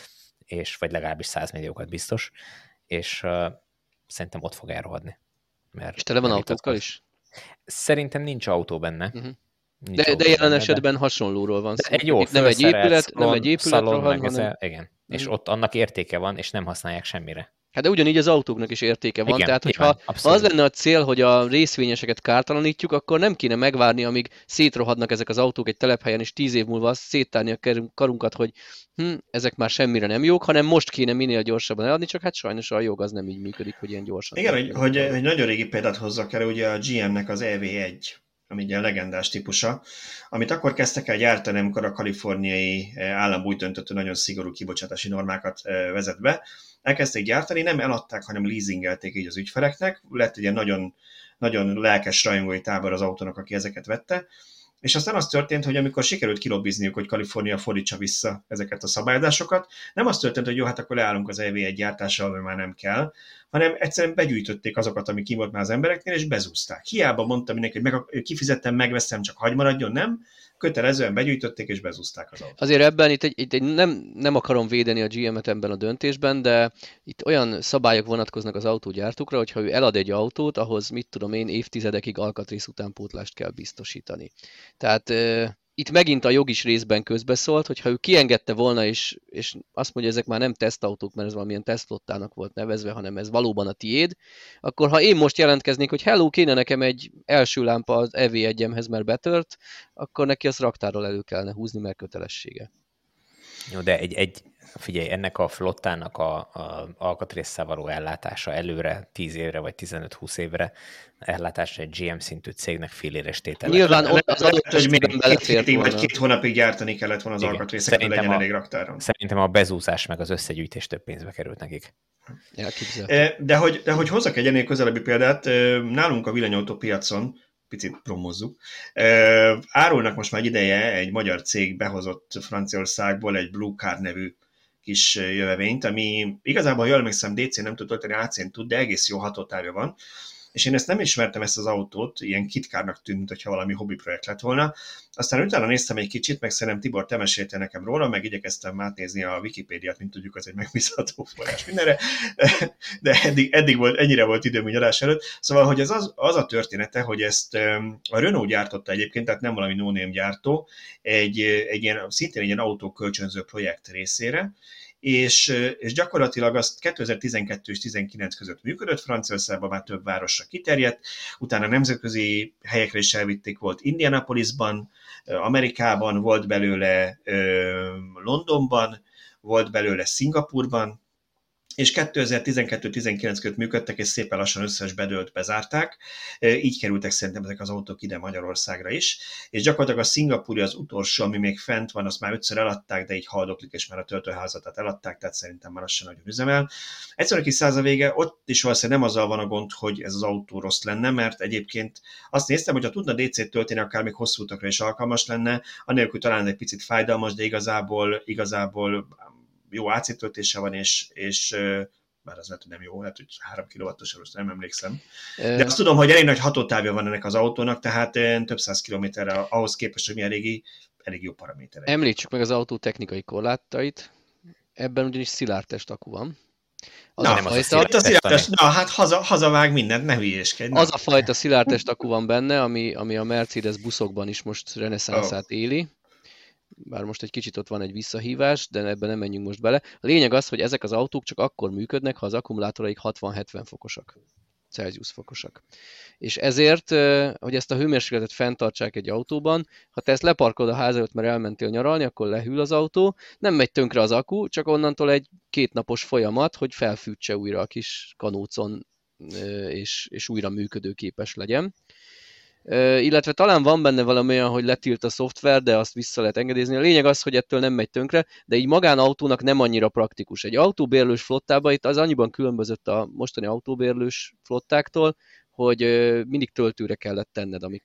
és vagy legalábbis százmilliókat biztos, és uh, szerintem ott fog elrohadni. Mert és tele van autókkal is? Szerintem nincs autó benne. Uh-huh. Nincs de, autó de jelen benne, esetben de... hasonlóról van szó. Egy jó nem egy épület, szalon, nem egy épület rohan, hanem... Ezel, igen. Uh-huh. És ott annak értéke van, és nem használják semmire. Hát de ugyanígy az autóknak is értéke van, igen, tehát hogyha igen, ha az lenne a cél, hogy a részvényeseket kártalanítjuk, akkor nem kéne megvárni, amíg szétrohadnak ezek az autók egy telephelyen, és tíz év múlva széttárni a karunkat, hogy hm, ezek már semmire nem jók, hanem most kéne minél gyorsabban eladni, csak hát sajnos a jog az nem így működik, hogy ilyen gyorsan. Igen, hogy, hogy egy nagyon régi példát hozzak el, ugye a gé em-nek az E V egy, ami egy legendás típusa, amit akkor kezdtek el gyártani, amikor a kaliforniai állam úgy döntött, hogy nagyon szigorú kibocsátási normákat vezet be. Elkezdték gyártani, nem eladták, hanem leasingelték így az ügyfeleknek. Lett egy ilyen nagyon, nagyon lelkes rajongói tábor az autónak, aki ezeket vette. És aztán az történt, hogy amikor sikerült kilobbizniuk, hogy Kalifornia fordítsa vissza ezeket a szabályozásokat, nem az történt, hogy jó, hát akkor leállunk az E V egy gyártással, mert már nem kell, hanem egyszerűen begyűjtötték azokat, ami ki volt már az embereknél, és bezúzták. Hiába mondta mindenki, hogy meg, kifizettem, megveszem, csak hagy maradjon, nem. Kötelezően begyűjtötték és bezúzták az autót. Azért ebben itt, egy, itt egy, nem, nem akarom védeni a gé em-et ebben a döntésben, de itt olyan szabályok vonatkoznak az autógyártókra, hogy ha ő elad egy autót, ahhoz mit tudom én, évtizedekig alkatrész utánpótlást kell biztosítani. Tehát e, itt megint a jog is részben közbeszólt, hogy ha ő kiengedte volna, és, és azt mondja, ezek már nem tesztautók, mert ez valamilyen tesztflottának volt nevezve, hanem ez valóban a tiéd, akkor ha én most jelentkeznék, hogy hello, kéne nekem egy első lámpa az E V egyemhez, mert betört, akkor neki azt raktárról elő kellene húzni, mert kötelessége. Jó, de egy, egy figyelj, ennek a flottának a, a alkatrészsel való ellátása előre, tíz évre vagy tizenöt-húsz évre ellátása egy gé em szintű cégnek féléres tétele. Nyilván ott az adott esetben belefért volna. Vagy két hónapig gyártani kellett volna az alkatrészeket, hogy legyen elég raktáron. Szerintem a bezúzás meg az összegyűjtés több pénzbe került nekik. De hogy, de hogy hozzak egy ennél közelebbi példát, nálunk a villanyautó piacon, picit promozzuk. Árulnak most már egy ideje egy magyar cég behozott Franciaországból egy Blue Car nevű kis jövevényt, ami igazából, jól emlékszem, dé cé nem tud tölteni, á cén tud, de egész jó hatótávja van. És én ezt nem ismertem, ezt az autót, ilyen kitkárnak tűnt, hogyha valami hobbi projekt lett volna. Aztán utána néztem egy kicsit, meg szerintem Tibor, te meséltél nekem róla, meg igyekeztem átnézni a Wikipédiát, mint tudjuk, az egy megbízható forrás mindenre, de eddig, eddig volt, ennyire volt időm a nyarás előtt. Szóval, hogy ez az, az a története, hogy ezt a Renault gyártotta egyébként, tehát nem valami no-name gyártó, egy, egy ilyen, szintén egy ilyen autókölcsönző projekt részére, És, és gyakorlatilag az kétezer-tizenkettő és tizenkilenc között működött, Franciaországban már több városra kiterjedt, utána nemzetközi helyekre is elvitték, volt Indianapolisban, Amerikában, volt belőle Londonban, volt belőle Szingapurban, és kétezer-tizenkettő-tizenkilenc között működtek, és szépen lassan összes bedőlt, bezárták. Így kerültek szerintem ezek az autók ide Magyarországra is. És gyakorlatilag a szingapúri az utolsó, ami még fent van, azt már ötször eladták, de így haldoklik, és már a töltőházatát eladták, tehát szerintem már lassan nagyon üzemel. Egyszerűen kis száz a vége, ott is valószínűleg nem azzal van a gond, hogy ez az autó rossz lenne, mert egyébként azt néztem, hogy ha tudna dé cét tölteni, akár még hosszú utakra is alkalmas lenne, anélkül talán egy picit fájdalmas, de igazából, igazából jó á cé töltése van, és, és bár az lehet, hogy nem jó, lehet, hogy három kilowattos, most nem emlékszem. De azt tudom, hogy elég nagy hatótávja van ennek az autónak, tehát több száz kilométerre ahhoz képest, hogy mi elég, elég jó paraméterek. Említsük meg az autó technikai korlátait. Ebben ugyanis szilárdtest akku van. Az na, a fajta, a szilárdtest, na, hát haza, hazavág mindent, ne hülyéskedj. Az a fajta szilárdtest akku van benne, ami, ami a Mercedes buszokban is most reneszánszát oh. éli. Bár most egy kicsit ott van egy visszahívás, de ebben nem menjünk most bele. A lényeg az, hogy ezek az autók csak akkor működnek, ha az akkumulátoraik hatvan-hetven fokosak, Celsius fokosak. És ezért, hogy ezt a hőmérsékletet fenntartsák egy autóban, ha te ezt leparkolod a ház előtt, mert elmentél nyaralni, akkor lehűl az autó, nem megy tönkre az akku, csak onnantól egy kétnapos folyamat, hogy felfűtse újra a kis kanócon, és, és újra működőképes legyen. Uh, illetve talán van benne valami olyan, hogy letilt a szoftver, de azt vissza lehet engedélyezni. A lényeg az, hogy ettől nem megy tönkre, de így magánautónak nem annyira praktikus. Egy autóbérlős flottában itt az annyiban különbözött a mostani autóbérlős flottáktól, hogy uh, mindig töltőre kellett tenned, amikor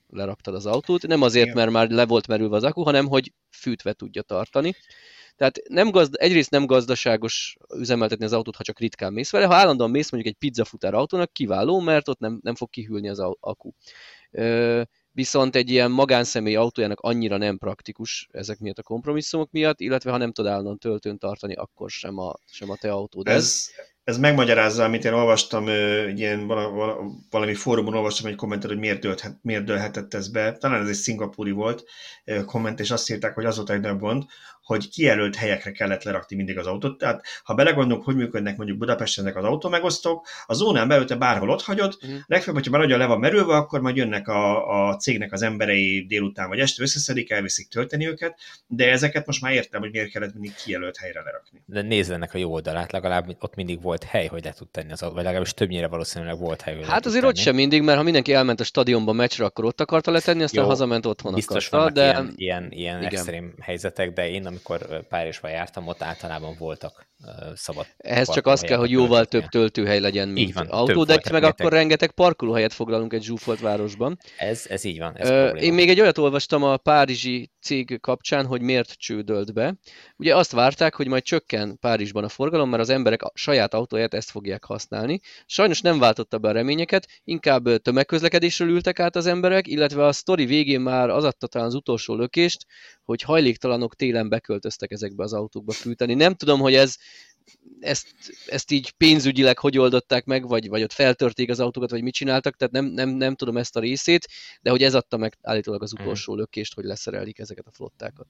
leraktad az autót. Nem azért, mert már le volt merülve az akku, hanem hogy fűtve tudja tartani. Tehát nem gazd, egyrészt nem gazdaságos üzemeltetni az autót, ha csak ritkán mész vele. Ha állandóan mész mondjuk egy pizzafutár autónak, kiváló, mert ott nem, nem fog kihűlni az akku. Ö, viszont egy ilyen magánszemély autójának annyira nem praktikus ezek miatt a kompromisszumok miatt, illetve ha nem tud állandóan töltőn tartani, akkor sem a, sem a te autód. Ez, ez megmagyarázza, amit én olvastam, ilyen valami fórumon olvastam egy kommentet, hogy miért, dőlhet, miért dőlhetett ez be. Talán ez egy szingapúri volt komment, és azt írták, hogy az volt egy nagy gond, hogy kijelölt helyekre kellett lerakni mindig az autót. Tehát ha belegondolunk, hogy működnek mondjuk Budapesten ezek az autómegosztók, a zónán belül te bárhol ott hagyod, mm. legfeljebb, hogyha már nagyon le van merülve, akkor majd jönnek a, a cégnek az emberei délután vagy este, összeszedik, elviszik tölteni őket, de ezeket most már értem, hogy miért kellett mindig kijelölt helyre lerakni. De nézd ennek a jó oldalát, legalább ott mindig volt hely, hogy le tud tenni az autót, vagy legalábbis többnyire valószínűleg volt hely, hogy hát azért ott sem mindig, mert ha mindenki elment a stadionba meccsre, akkor ott akarta letenni, aztán jó, hazament otthon biztos akarta. Biztos de... ilyen, ilyen, ilyen extrém helyzetek, de én amikor Párizsba jártam, ott általában voltak uh, szabad. Ehhez csak az kell, hogy jóval több töltőhely legyen, mint van, autó, de meg akkor meg rengeteg parkolóhelyet foglalunk egy zsúfolt városban. Ez, ez így van. Ez uh, én még egy olyat olvastam a párizsi cég kapcsán, hogy miért csődölt be. Ugye azt várták, hogy majd csökken Párizsban a forgalom, mert az emberek a saját autóját ezt fogják használni. Sajnos nem váltotta be a reményeket, inkább tömegközlekedésről ültek át az emberek, illetve a sztori végén már az adta talán az utolsó lökést, hogy hajléktalanok télen beköltöztek ezekbe az autókba fűteni. Nem tudom, hogy ez ezt, ezt így pénzügyileg hogy oldották meg, vagy, vagy ott feltörték az autókat, vagy mit csináltak, tehát nem, nem, nem tudom ezt a részét, de hogy ez adta meg állítólag az utolsó mm. lökést, hogy leszerelik ezeket a flottákat.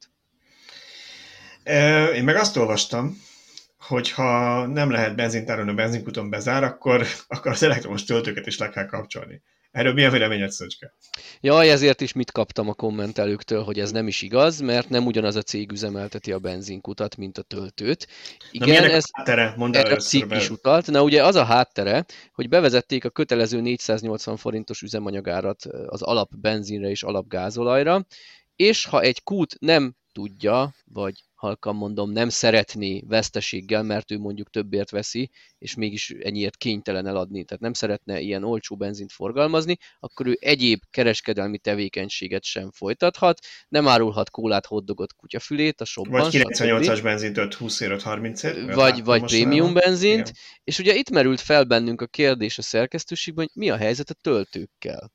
Én meg azt olvastam, hogy ha nem lehet benzintáron a benzinkúton bezár, akkor, akkor az elektromos töltőket is le kell kapcsolni. Erről mi a véleményed, Szöcske? Jaj, ezért is mit kaptam a kommentelőktől, hogy ez nem is igaz, mert nem ugyanaz a cég üzemelteti a benzinkutat, mint a töltőt. Igen, Na, ez háttere? Mondd erre a cikk is utalt. Na ugye az a háttere, hogy bevezették a kötelező négyszáznyolcvan forintos üzemanyagárat az alap benzinre és alap gázolajra, és ha egy kút nem tudja, vagy halkan mondom, nem szeretné veszteséggel, mert ő mondjuk többért veszi, és mégis ennyiért kénytelen eladni, tehát nem szeretne ilyen olcsó benzint forgalmazni, akkor ő egyéb kereskedelmi tevékenységet sem folytathat, nem árulhat kólát, hotdogot, kutyafülét a shopban. Vagy kilencvennyolcas benzint öt húszért, harmincért. Vagy, vagy prémium benzint, igen. És ugye itt merült fel bennünk a kérdés a szerkesztőségben, hogy mi a helyzet a töltőkkel.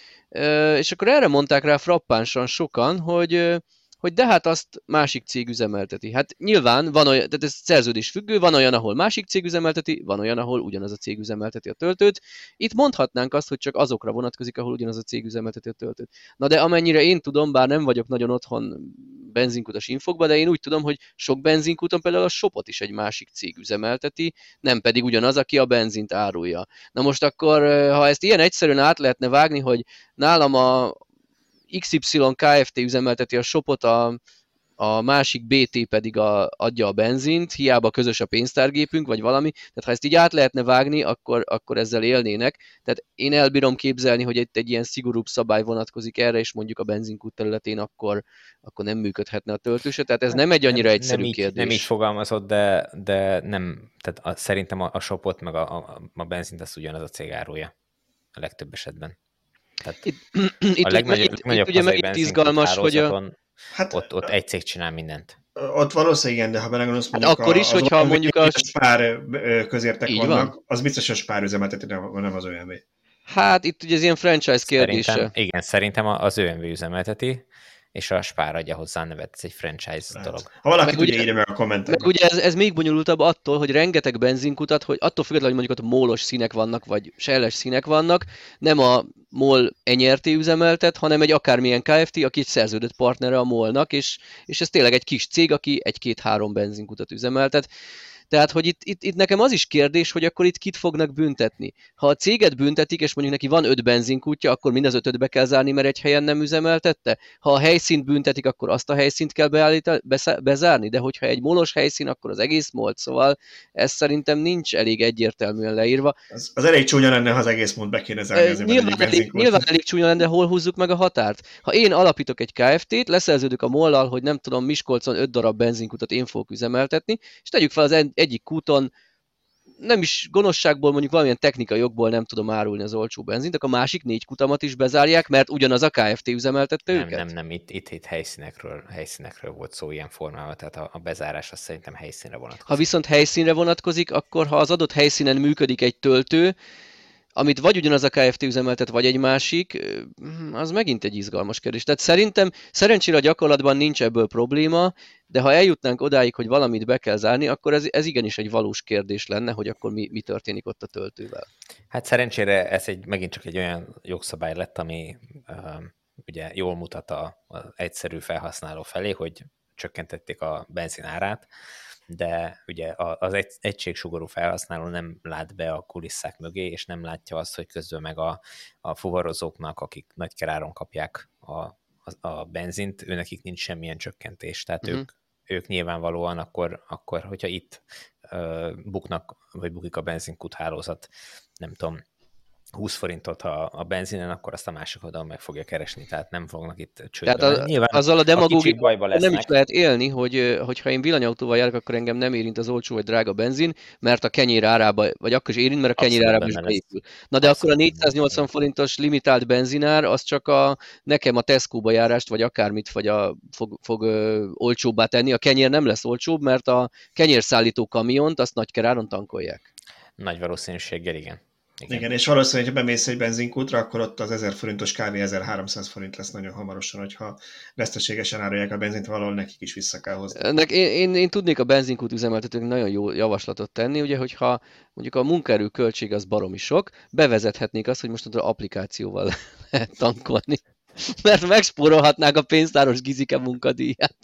E, és akkor erre mondták rá frappánsan sokan, hogy hogy de hát azt másik cég üzemelteti. Hát nyilván van olyan, tehát ez szerződés függő, van olyan, ahol másik cég üzemelteti, van olyan, ahol ugyanaz a cég üzemelteti a töltőt. Itt mondhatnánk azt, hogy csak azokra vonatkozik, ahol ugyanaz a cég üzemelteti a töltőt. Na de amennyire én tudom, bár nem vagyok nagyon otthon benzinkutas infokban, de én úgy tudom, hogy sok benzinkúton például a shopot is egy másik cég üzemelteti, nem pedig ugyanaz, aki a benzint árulja. Na most akkor, ha ezt ilyen egyszerűen át lehetne vágni, hogy nálam a iksz ipszilon Kft. Üzemelteti a shopot, a, a másik bé té pedig a, adja a benzint, hiába közös a pénztárgépünk, vagy valami. Tehát ha ezt így át lehetne vágni, akkor, akkor ezzel élnének. Tehát én elbírom képzelni, hogy egy, egy ilyen szigorúbb szabály vonatkozik erre, és mondjuk a benzinkút területén akkor, akkor nem működhetne a töltőse. Tehát ez nem egy annyira egyszerű nem kérdés. Így, nem így fogalmazott, de, de nem, tehát a, szerintem a, a shopot meg a, a, a benzint azt ugyanaz a cég árulja a legtöbb esetben. Tehát itt, itt, a legnagyobb, itt, itt ugye meg itt izgalmas, hogy a... Hát, ott, ott egy cég csinál mindent. Ott valószínűleg igen, de ha belegondolsz, mondjuk hát akkor is, a, hogyha mondjuk a... spár közértek vannak, van? Az biztos, hogy spár üzemelteti, nem az o em vé. Hát itt ugye ez ilyen franchise kérdése. Szerintem, igen, szerintem az o em vé üzemelteti, és a spár adja hozzá a nevet, ez egy franchise Lehet. dolog. Ha valaki meg tudja, írja meg a kommentekben. Meg ugye ez, ez még bonyolultabb attól, hogy rengeteg benzinkutat, hogy attól függetlenül, hogy mondjuk ott mólos színek vannak, vagy selles színek vannak, nem a MOL en er té üzemeltet, hanem egy akármilyen Kft., aki egy szerződött partnere a MOL-nak, és, és ez tényleg egy kis cég, aki egy-két-három benzinkutat üzemeltet. Tehát, hogy itt, itt, itt nekem az is kérdés, hogy akkor itt kit fognak büntetni. Ha a céget büntetik, és mondjuk neki van öt benzinkútja, akkor mind az ötöt be kell zárni, mert egy helyen nem üzemeltette. Ha a helyszínt büntetik, akkor azt a helyszínt kell beállítani, bezárni, de hogyha egy molos helyszín, akkor az egész molt. Szóval ez szerintem nincs elég egyértelműen leírva. Az, az elég csúnya lenne, ha az egész molt be kéne zárni. E, nyilván, elég, nyilván elég csúnya lenne, de hol húzzuk meg a határt? Ha én alapítok egy Kft-t, leszerződök a mollal, hogy nem tudom, Miskolcon öt darab benzinkutat én fogok üzemeltetni, és tegyük fel az egyik kúton nem is gonoszságból, mondjuk valamilyen technikai jogból nem tudom árulni az olcsó benzint, akkor a másik négy kutamat is bezárják, mert ugyanaz a ká ef té üzemeltette nem, őket? Nem, nem, itt, itt, itt helyszínekről, helyszínekről volt szó ilyen formában, tehát a, a bezárás az szerintem helyszínre vonatkozik. Ha viszont helyszínre vonatkozik, akkor ha az adott helyszínen működik egy töltő, amit vagy ugyanaz a ká ef té üzemeltet, vagy egy másik, az megint egy izgalmas kérdés. Tehát szerintem szerencsére a gyakorlatban nincs ebből probléma, de ha eljutnánk odáig, hogy valamit be kell zárni, akkor ez, ez igenis egy valós kérdés lenne, hogy akkor mi, mi történik ott a töltővel. Hát szerencsére ez egy, megint csak egy olyan jogszabály lett, ami uh, ugye jól mutat az egyszerű felhasználó felé, hogy csökkentették a benzin árát, de ugye az egy, egységsugarú felhasználó nem lát be a kulisszák mögé, és nem látja azt, hogy közben meg a, a fuvarozóknak, akik nagy keráron kapják a, a, a benzint, őnekik nincs semmilyen csökkentés. Tehát uh-huh. ők, ők nyilvánvalóan akkor, akkor hogyha itt uh, buknak, vagy bukik a benzinkúthálózat, nem tudom, húsz forintot a, a benzinen, akkor azt a másik oldalon meg fogja keresni, tehát nem fognak itt csődbe. Tehát az, nyilván azzal a demagógiával nem is lehet élni, hogy hogyha én villanyautóval járok, akkor engem nem érint az olcsó vagy drága benzin, mert a kenyér árába, vagy akkor is érint, mert a kenyér árába is beépül. Na de akkor a négyszáznyolcvan forintos limitált benzinár, az csak a, nekem a Tesco-ba járást, vagy akármit vagy a, fog, fog ö, olcsóbbá tenni. A kenyér nem lesz olcsóbb, mert a kenyérszállító kamiont azt nagykeráron tankolják. Nagy valószínűséggel igen. Igen. Igen, és valószínűleg, ha bemész egy benzinkútra, akkor ott az ezer forintos kávé ezerháromszáz forint lesz nagyon hamarosan, hogyha veszteségesen árulják a benzint, valahol nekik is vissza kell hozni. Ennek én, én, én tudnék a benzinkút üzemeltetőnek nagyon jó javaslatot tenni, ugye, hogyha mondjuk a munkaerő költség az baromi sok, bevezethetnék azt, hogy mostantól applikációval lehet tankolni, mert megspórolhatnák a pénztáros gizike munkadíját.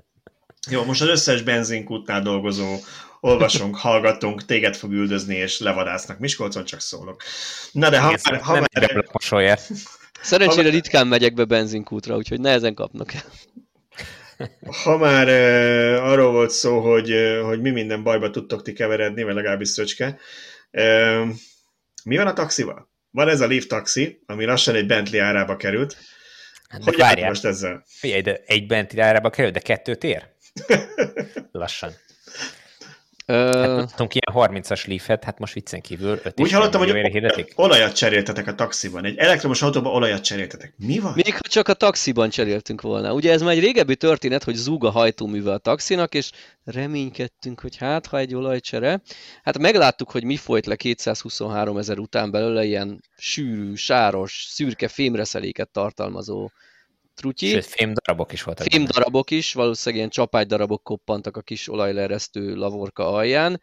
Jó, most az összes benzinkútnál dolgozó olvasónk, hallgatunk, téged fog üldözni, és levadásznak Miskolcon, csak szólok. Na de ha igen, már... Ha már... Szerencsére ha ritkán megyek be benzinkútra, úgyhogy nehezen kapnak el. Ha már uh, arról volt szó, hogy, uh, hogy mi minden bajba tudtok ti keveredni, vagy legalábbis Szöcske, uh, mi van a taxival? Van ez a Leaf taxi, ami lassan egy Bentley árába került. Hát hogy várjál most ezzel? Figyelj, de egy Bentley árába kerül, de kettőt ér? Lassan. Hát tudtunk ilyen harmincas Leaf-et, hát most viccen kívül öt úgy hallottam, hogy olajat cseréltetek a taxiban. Egy elektromos autóban olajat cseréltetek. Mi van? Még ha csak a taxiban cseréltünk volna. Ugye ez már egy régebbi történet, hogy zúg a hajtóműve a taxinak, és reménykedtünk, hogy hát, ha egy olajcsere. Hát megláttuk, hogy mi folyt le kétszázhuszonhárom ezer után belőle ilyen sűrű, sáros, szürke fémreszeléket tartalmazó trutyi. Sőt, fémdarabok is voltak. Fémdarabok is, valószínűleg ilyen csapágydarabok koppantak a kis olajleeresztő lavorka alján,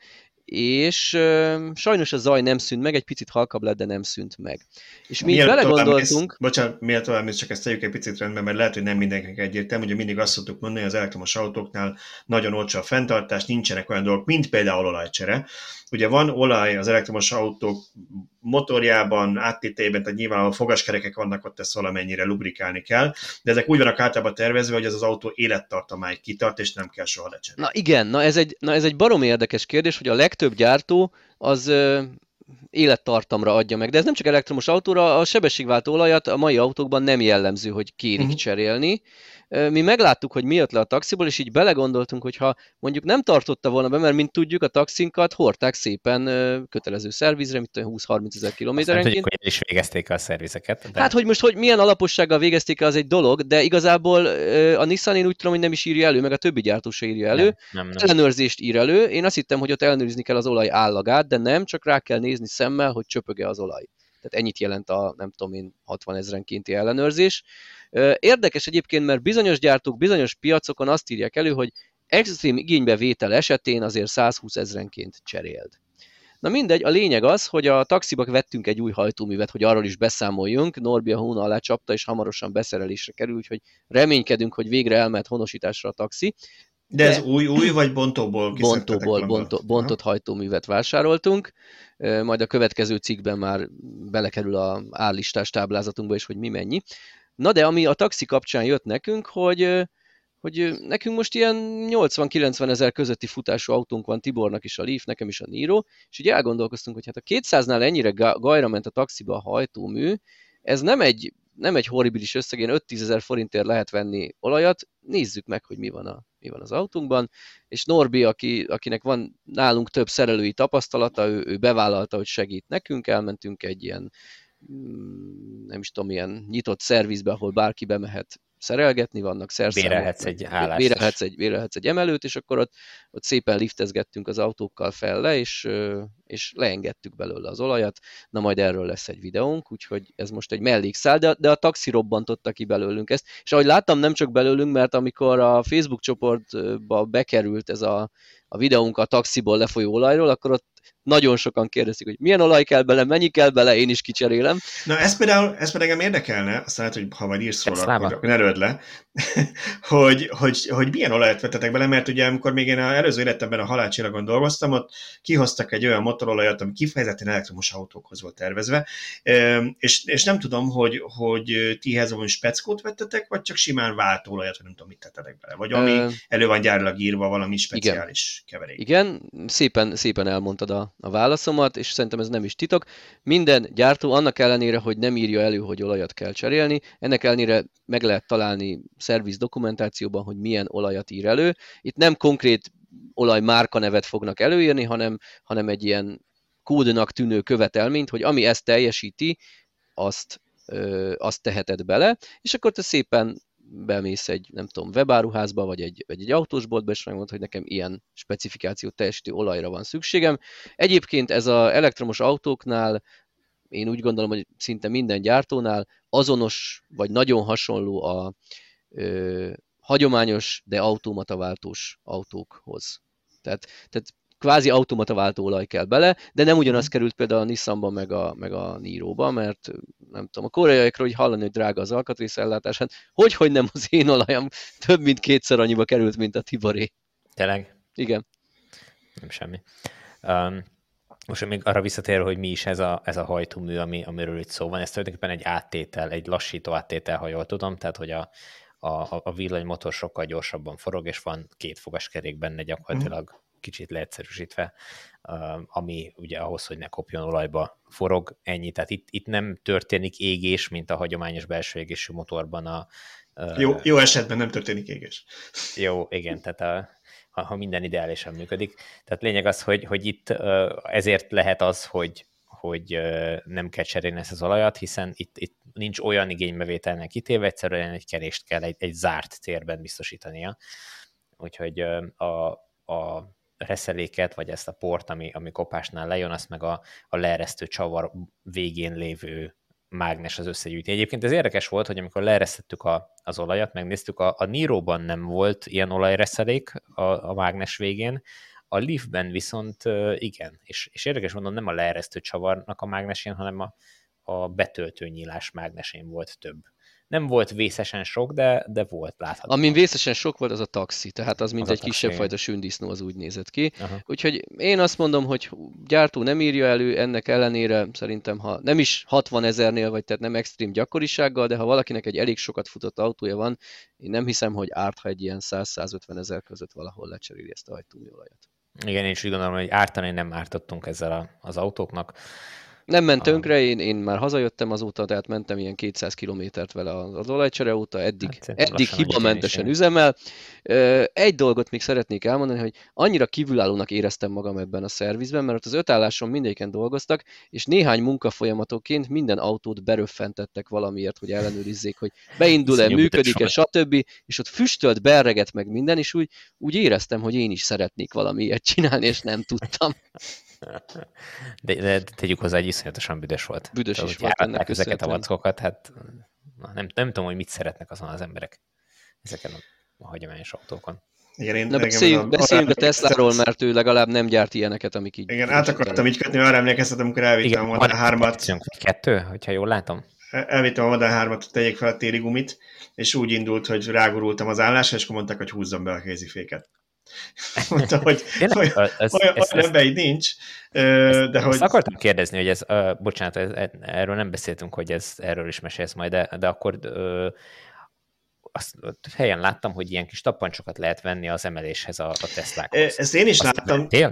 és uh, sajnos a zaj nem szűnt meg, egy picit halkabb lett, de nem szűnt meg. És mi belegondoltunk... Bocsánat, miért tovább, csak ezt tegyük egy picit rendben, mert lehet, hogy nem mindenkinek egyértelmű, ugye mindig azt szoktuk mondani, hogy az elektromos autóknál nagyon olcsó a fenntartás, nincsenek olyan dolgok, mint például olajcsere. Ugye van olaj az elektromos autók motorjában, áttételében, tehát nyilván a fogaskerekek vannak, ott ezt valamennyire lubrikálni kell, de ezek úgy vannak általában tervezve, hogy ez az autó élettartamáig kitart, és nem kell soha lecserélni. Na igen, na ez egy, na ez egy baromi érdekes kérdés, hogy a legtöbb gyártó az ö, élettartamra adja meg, de ez nem csak elektromos autóra, a sebességváltó olajat a mai autókban nem jellemző, hogy kérik uh-huh. cserélni. Mi megláttuk, hogy mi jött le a taxiból, és így belegondoltunk, hogy ha mondjuk nem tartotta volna be, mert mint tudjuk, a taxinkat hordták szépen kötelező szervizre, mint húsz-harminc ezer kilométerenként. Tudjuk, hogy is végezték a szervizeket. De... Hát, hogy most hogy milyen alapossággal végezték, az egy dolog, de igazából a Nissan én úgy tudom, hogy nem is írja elő, meg a többi gyártó se írja elő. Nem, nem, nem. Ellenőrzést ír elő. Én azt hittem, hogy ott ellenőrizni kell az olaj állagát, de nem, csak rá kell nézni szemmel, hogy csöpöge az olaj. Tehát ennyit jelent a, nem tudom én, hatvan ezrenkénti ellenőrzés. Érdekes egyébként, mert bizonyos gyártók, bizonyos piacokon azt írják elő, hogy extrém igénybevétel esetén azért százhúsz ezrenként cseréld. Na mindegy, a lényeg az, hogy a taxiba vettünk egy új hajtóművet, hogy arról is beszámoljunk. Norbi a hóna alá csapta, és hamarosan beszerelésre kerül, úgyhogy reménykedünk, hogy végre elmehet honosításra a taxi. De, De ez új, új vagy bontóból kiszedtetek? Bontóból, bonto, bontott hajtóművet vásároltunk. Majd a következő cikkben már belekerül a árlistás táblázatunkba is, hogy mi mennyi. Na de ami a taxi kapcsán jött nekünk, hogy, hogy nekünk most ilyen nyolcvan-kilencven ezer közötti futású autónk van, Tibornak is a Leaf, nekem is a Niro, és így elgondolkoztunk, hogy hát a kétszáznál ennyire gajra ment a taxiba a hajtómű, ez nem egy, nem egy horribilis összeg, ilyen öt-tízezer forintért lehet venni olajat, nézzük meg, hogy mi van a mi van az autónkban, és Norbi, aki, akinek van nálunk több szerelői tapasztalata, ő, ő bevállalta, hogy segít nekünk, elmentünk egy ilyen, nem is tudom, ilyen nyitott szervizbe, ahol bárki bemehet szerelgetni, vannak szerszámok. Bérelhetsz egy állást. Bérelhetsz egy, bérelhetsz egy emelőt, és akkor ott, ott szépen liftezgettünk az autókkal fel le, és, és leengedtük belőle az olajat. Na majd erről lesz egy videónk, úgyhogy ez most egy mellékszál, de, de a taxi robbantotta ki belőlünk ezt. És ahogy láttam, nem csak belőlünk, mert amikor a Facebook csoportba bekerült ez a, a videónk a taxiból lefolyó olajról, akkor ott nagyon sokan kérdezik, hogy milyen olaj kell bele, mennyi kell bele, én is kicserélem. Na ez például, ez például engem érdekelne, aztán lehet, hogy ha majd írsz róla, akkor ne röld le, hogy, hogy, hogy milyen olajat vettetek bele, mert ugye amikor még én az előző életemben a Halálcsillagon dolgoztam, ott kihoztak egy olyan motorolajat, ami kifejezetten elektromos autókhoz volt tervezve, és, és nem tudom, hogy, hogy tihez valami speckót vettetek, vagy csak simán váltóolajat, vagy nem tudom, mit tettetek bele, vagy ami uh, elő van gyárilag írva valami speciális igen. keverék. Igen, szépen, szépen elmondtad a a válaszomat, és szerintem ez nem is titok. Minden gyártó annak ellenére, hogy nem írja elő, hogy olajat kell cserélni, ennek ellenére meg lehet találni szerviz dokumentációban, hogy milyen olajat ír elő. Itt nem konkrét olaj márkanevet fognak előírni, hanem, hanem egy ilyen kódnak tűnő követelményt, hogy ami ezt teljesíti, azt, ö, azt teheted bele, és akkor te szépen bemész egy, nem tudom, webáruházba, vagy egy, vagy egy autósboltba, és megmondod, hogy nekem ilyen specifikációt teljesítő olajra van szükségem. Egyébként ez az elektromos autóknál, én úgy gondolom, hogy szinte minden gyártónál azonos, vagy nagyon hasonló a ö, hagyományos, de automataváltós autókhoz. Tehát, tehát kvázi automataváltó olaj kell bele, de nem ugyanaz került például a Nissanban meg a, meg a Niro-ba, mert nem tudom, a koreaiakról hogy hallani, hogy drága az alkatrészellátás, hát hogy, hogy nem az én olajam több mint kétszer annyiba került, mint a Tiboré. Tényleg? Igen. Nem semmi. Um, most még arra visszatérve, hogy mi is ez a, ez a hajtómű, ami, amiről itt szó van, ez tulajdonképpen egy áttétel, egy lassító áttétel, ha jól tudom, tehát hogy a, a, a villanymotor sokkal gyorsabban forog, és van két fogaskerék benne gyakorlatilag, kicsit leegyszerűsítve, ami ugye ahhoz, hogy ne kopjon olajba forog, ennyi. Tehát itt, itt nem történik égés, mint a hagyományos belső égésű motorban. A, jó, jó esetben nem történik égés. Jó, igen, tehát a, ha, ha minden ideálisan működik. Tehát lényeg az, hogy, hogy itt ezért lehet az, hogy, hogy nem kell cserélni ezt az olajat, hiszen itt, itt nincs olyan igénybevételnek kitéve, egyszerűen egy kerést kell egy, egy zárt térben biztosítania. Úgyhogy a, a reszeléket, vagy ezt a port, ami, ami kopásnál lejön, azt meg a, a leeresztő csavar végén lévő mágnes az összegyűjti. Egyébként ez érdekes volt, hogy amikor leeresztettük a, az olajat, megnéztük, a, a Niro-ban nem volt ilyen olajreszelék a, a mágnes végén, a Leafben viszont igen, és, és érdekes mondom, nem a leeresztő csavarnak a mágnesén, hanem a, a betöltőnyílás mágnesén volt több. Nem volt vészesen sok, de, de volt látható. Amin vészesen sok volt, az a taxi, tehát az mint az egy kisebb fajta sündisznó, az úgy nézett ki. Aha. Úgyhogy én azt mondom, hogy gyártó nem írja elő, ennek ellenére szerintem, ha nem is hatvan ezernél vagy, tehát nem extrém gyakorisággal, de ha valakinek egy elég sokat futott autója van, én nem hiszem, hogy árt, ha egy ilyen száz-százötven ezer között valahol lecseréli ezt a hajtóműolajat. Igen, én is úgy gondolom, hogy ártani nem ártottunk ezzel a, az autóknak. Nem ment tönkre, én, én már hazajöttem azóta, tehát mentem ilyen kétszáz kilométert vele az olajcsere óta, eddig, hát, eddig hibamentesen üzemel. Egy dolgot még szeretnék elmondani, hogy annyira kívülállónak éreztem magam ebben a szervizben, mert ott az öt álláson mindegyiken dolgoztak, és néhány munkafolyamatoként minden autót beröffentettek valamiért, hogy ellenőrizzék, hogy beindul-e, működik-e, stb. És ott füstölt, berregett meg minden, és úgy, úgy éreztem, hogy én is szeretnék valami ilyet csinálni, és nem tudtam. De, de tegyük hozzá, hogy iszonyatosan büdös volt. Büdös Tehát, is volt ennek ezeket a vackokat, hát nem, nem tudom, hogy mit szeretnek azon az emberek ezeken a, a hagyományos autókon. Igen, én, Na, beszéljünk, beszéljünk a Tesláról, mert ő legalább nem gyárt ilyeneket, amik így... Igen, át akartam így kötni, arra emlékeztetem, amikor elvittem a Model hármat. Kettő, hogyha jól látom. Elvittem a Model hármat, tegyék fel a téli gumit, és úgy indult, hogy rágurultam az állásra, és akkor mondták, hogy húzzam be a kéziféket. Mondta, hogy olyan, ez, olyan ez, ebben így nincs, ezt, de hogy... Ezt akartam kérdezni, hogy ez, uh, bocsánat, ez, erről nem beszéltünk, hogy ez, erről is mesélsz majd, de, de akkor uh, azt helyen láttam, hogy ilyen kis tappancsokat lehet venni az emeléshez a, a Teslákhoz. Ezt én is azt láttam. Vettél?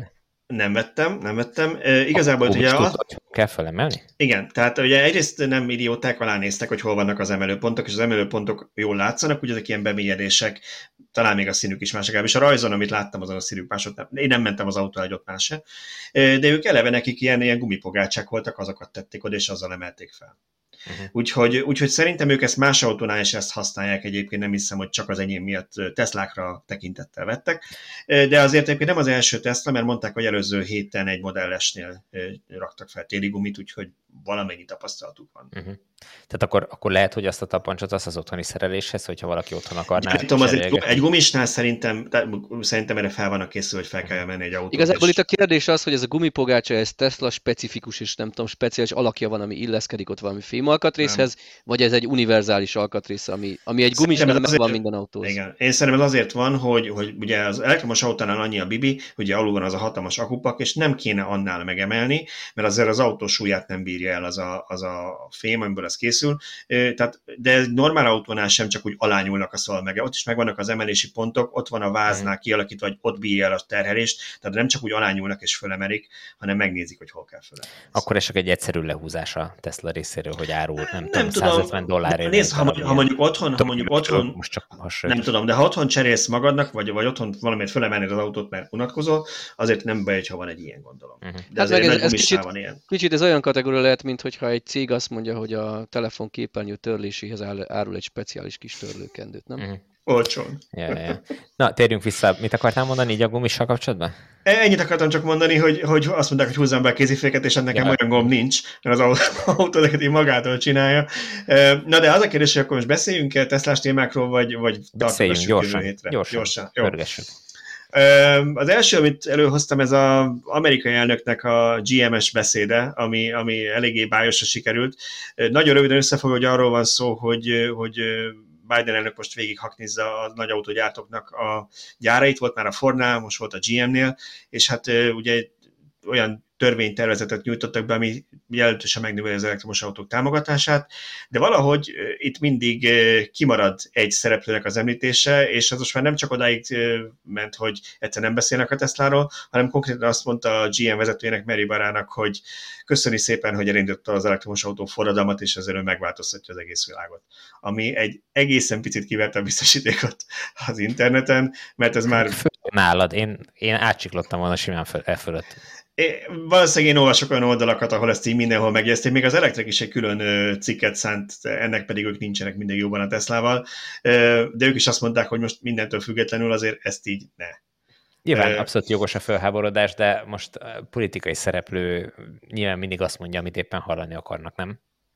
Nem vettem, nem vettem. E, igazából Akkor ugye... tudod, hogy kell felemelni? Igen, tehát ugye egyrészt nem idióták alá néztek, hogy hol vannak az emelőpontok, és az emelőpontok jól látszanak, ugye ezek ilyen bemélyedések, talán még a színük is más, legalábbis a rajzon, amit láttam, azon a színük másod, én nem mentem az autó egy ott más se, de ők eleve nekik ilyen, ilyen gumipogácsák voltak, azokat tették oda, és azzal emelték fel. Uh-huh. Úgyhogy, úgyhogy szerintem ők ezt más autónál is ezt használják, egyébként nem hiszem, hogy csak az enyém miatt Teslákra tekintettel vettek, de azért egyébként nem az első Tesla, mert mondták, hogy előző héten egy modellesnél raktak fel téli gumit, úgyhogy valamennyi tapasztalatuk van. Uh-huh. Tehát akkor, akkor lehet, hogy azt a tapancsot az az otthoni szereléshez, hogyha valaki otthon akarná. Tudom, az egy, egy gumisnál szerintem, szerintem erre fel vannak készül, hogy fel kell menni egy autót. Igazából és... itt a kérdés az, hogy ez a gumipogácsa, ez Tesla specifikus, és nem tudom, speciális alakja van, ami illeszkedik ott valami fémalkatrészhez, nem. Vagy ez egy univerzális alkatrész, ami, ami egy gumisnál meg van minden autóhoz. Igen. Én szerintem ez azért van, hogy, hogy ugye az elektromos autónál annyi a bibi, ugye alul van az a hatalmas akupak, és nem kéne annál megemelni, mert azért az autó súlyát nem bírja el az a, az a fém, amiből ez készül. Tehát, de egy normál autónál sem csak úgy alányulnak a szal meg. Ott is megvannak az emelési pontok, ott van a váznál kialakítva, hogy ott bírja el a terhelést, tehát nem csak úgy alányulnak és fölemelik, hanem megnézik, hogy hol kell fölemelni. Akkor ez csak egy egyszerű lehúzás a Tesla részéről, hogy árul, nem, nem tudom, száz ötven dollárért. Nézd, ha, ha mondjuk otthon, ha mondjuk otthon, most csak nem tudom, de ha otthon cserélsz magadnak, vagy, vagy otthon valamiért fölemelnéd az autót, mert unatkozol, azért nem baj, ha van egy ilyen, gondolom. Uh-huh. De hát azért ez, nagy ez kicsit, van ilyen. Kicsit ez olyan kategória lehet, mint hogyha egy cég azt mondja, hogy a telefon képernyő törléséhez árul egy speciális kis törlőkendőt, nem? Uh-huh. Olcsón. Ja, ja. Na, térjünk vissza. Mit akartál mondani így a gumissal kapcsolatban? Ennyit akartam csak mondani, hogy, hogy azt mondták, hogy húzzam be a kéziféket, és nekem ja. olyan gomb nincs, mert az autó neked magától csinálja. Na de az a kérdés, hogy akkor most beszéljünk-e Teslás témákról, vagy, vagy beszéljünk gyorsan. Hétre? Gyorsan, gyorsan. Jó. Az első, amit előhoztam, ez az amerikai elnöknek a gé em-es beszéde, ami, ami eléggé bájosra sikerült. Nagyon röviden összefoglalva, hogy arról van szó, hogy, hogy Biden elnök most végig haknizza a nagy autógyártóknak a gyárait, volt már a Fordnál, most volt a gé em-nél, és hát ugye olyan törvénytervezetet nyújtottak be, ami jelentősen megnöveli az elektromos autók támogatását, de valahogy itt mindig kimarad egy szereplőnek az említése, és az most már nem csak odáig ment, hogy egyszer nem beszélnek a Tesláról, hanem konkrétan azt mondta a gé em vezetőjének, Mary Barrának, hogy köszöni szépen, hogy elindította az elektromos autó forradalmat, és ezzel ő megváltoztatja az egész világot. Ami egy egészen picit kiverte a biztosítékot az interneten, mert ez már... Nálad, én, én átsiklottam volna simán föl, e fölött. É, valószínűleg én olvasok olyan oldalakat, ahol ezt így mindenhol megjegyezték, még az Electrek is egy külön cikket szánt, ennek pedig ők nincsenek mindig jóban a Teslával, de ők is azt mondták, hogy most mindentől függetlenül azért ezt így ne. Nyilván abszolút jogos a fölháborodás, de most a politikai szereplő nyilván mindig azt mondja, amit éppen hallani akarnak, nem?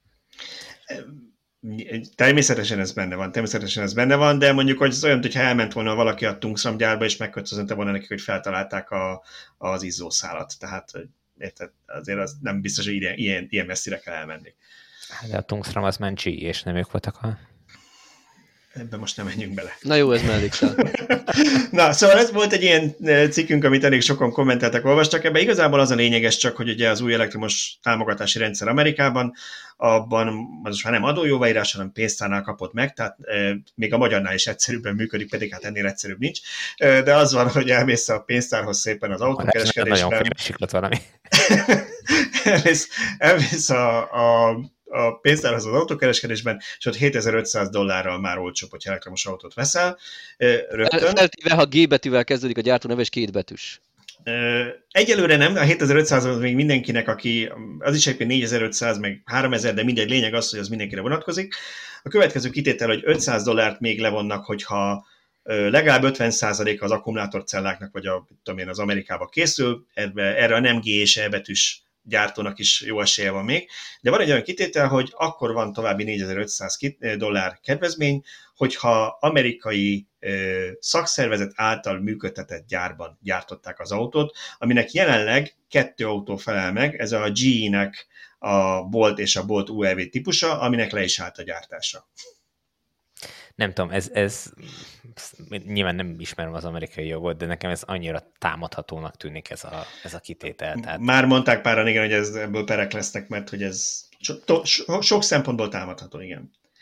Természetesen ez benne van, természetesen ez benne van, de mondjuk, hogy ez olyan, hogyha elment volna valaki a Tungsram gyárba, és megköszönte volna nekik, hogy feltalálták a, az izzószálat. Tehát érted, azért az nem biztos, hogy ilyen, ilyen, ilyen messzire kell elmenni. De a Tungsram az ment G, és nem ők voltak a... Ebben most nem menjünk bele. Na jó, ez mellékszál. Na, szóval ez volt egy ilyen cikkünk, amit elég sokan kommenteltek, olvastak. Ebben igazából az a lényeges csak, hogy ugye az új elektromos támogatási rendszer Amerikában, abban az most már nem adójóváírás, hanem pénztárnál kapott meg, tehát e, még a magyarnál is egyszerűbben működik, pedig hát ennél egyszerűbb nincs. E, de az van, hogy elmész a pénztárhoz szépen az autókereskedésben. Nagyon siklott valami. elmész, elmész a, a a pénztárhoz az autókereskedésben, és ott hétezer-ötszáz dollárral már olcsóbb, hogyha elektromos autót veszel. Rögtön. Feltéve, ha G betűvel kezdődik a gyártó neve, és kétbetűs. Egyelőre nem, a hétezer-ötszáz az még mindenkinek, aki, az is egyébként négyezer-ötszáz, meg háromezer, de mindegy, lényeg az, hogy az mindenkire vonatkozik. A következő kitétel, hogy ötszáz dollárt még levonnak, hogyha legalább ötven százaléka az akkumulátorcelláknak, vagy a, tudom én, az Amerikába készül, erre, erre a nem G és E betűs gyártónak is jó esélye van még, de van egy olyan kitétel, hogy akkor van további négyezer-ötszáz dollár kedvezmény, hogyha amerikai ö, szakszervezet által működtetett gyárban gyártották az autót, aminek jelenleg kettő autó felel meg, ez a gé é-nek a Bolt és a Bolt u e vé típusa, aminek le is állt a gyártása. Nem tudom, ez, ez nyilván nem ismerem az amerikai jogot, de nekem ez annyira támadhatónak tűnik ez a, ez a kitétel. Tehát... Már mondták páran, igen, hogy ez, ebből perek lesznek, mert hogy ez so, to, so, sok szempontból támadható, igen.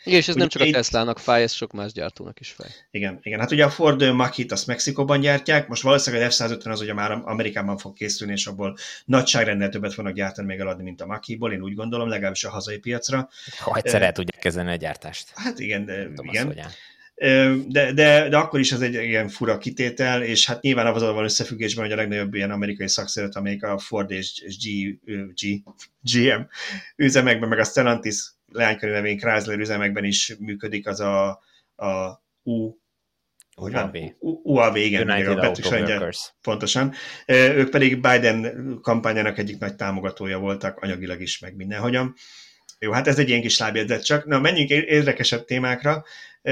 Igen, és ez ugye nem csak a Teslának fáj, ez sok más gyártónak is fáj. Igen, igen. Hát ugye a Ford Mach-it azt Mexikóban gyártják, most valószínűleg az F száz ötven az ugye már Amerikában fog készülni, és abból nagyságrendel többet fognak gyártani még eladni, mint a Mach-ból, én úgy gondolom, legalábbis a hazai piacra. Ha egyszer el tudják kezdeni a gyártást. Hát igen, de, igen. De, de, de akkor is ez egy ilyen fura kitétel, és hát nyilván azzal van összefüggésben, hogy a legnagyobb ilyen amerikai szakszervezet, amelyik a Ford és G, G, gé em üzemekben, meg a Stellantis leánykörű nevén Chrysler üzemekben is működik, az a, a U, U A V. U A V, igen, United Auto Workers. Pontosan. Ők pedig Biden kampányának egyik nagy támogatója voltak, anyagilag is, meg mindenhogyan. Jó, hát ez egy ilyen kis lábjegyzet csak. Na, menjünk érdekesebb témákra.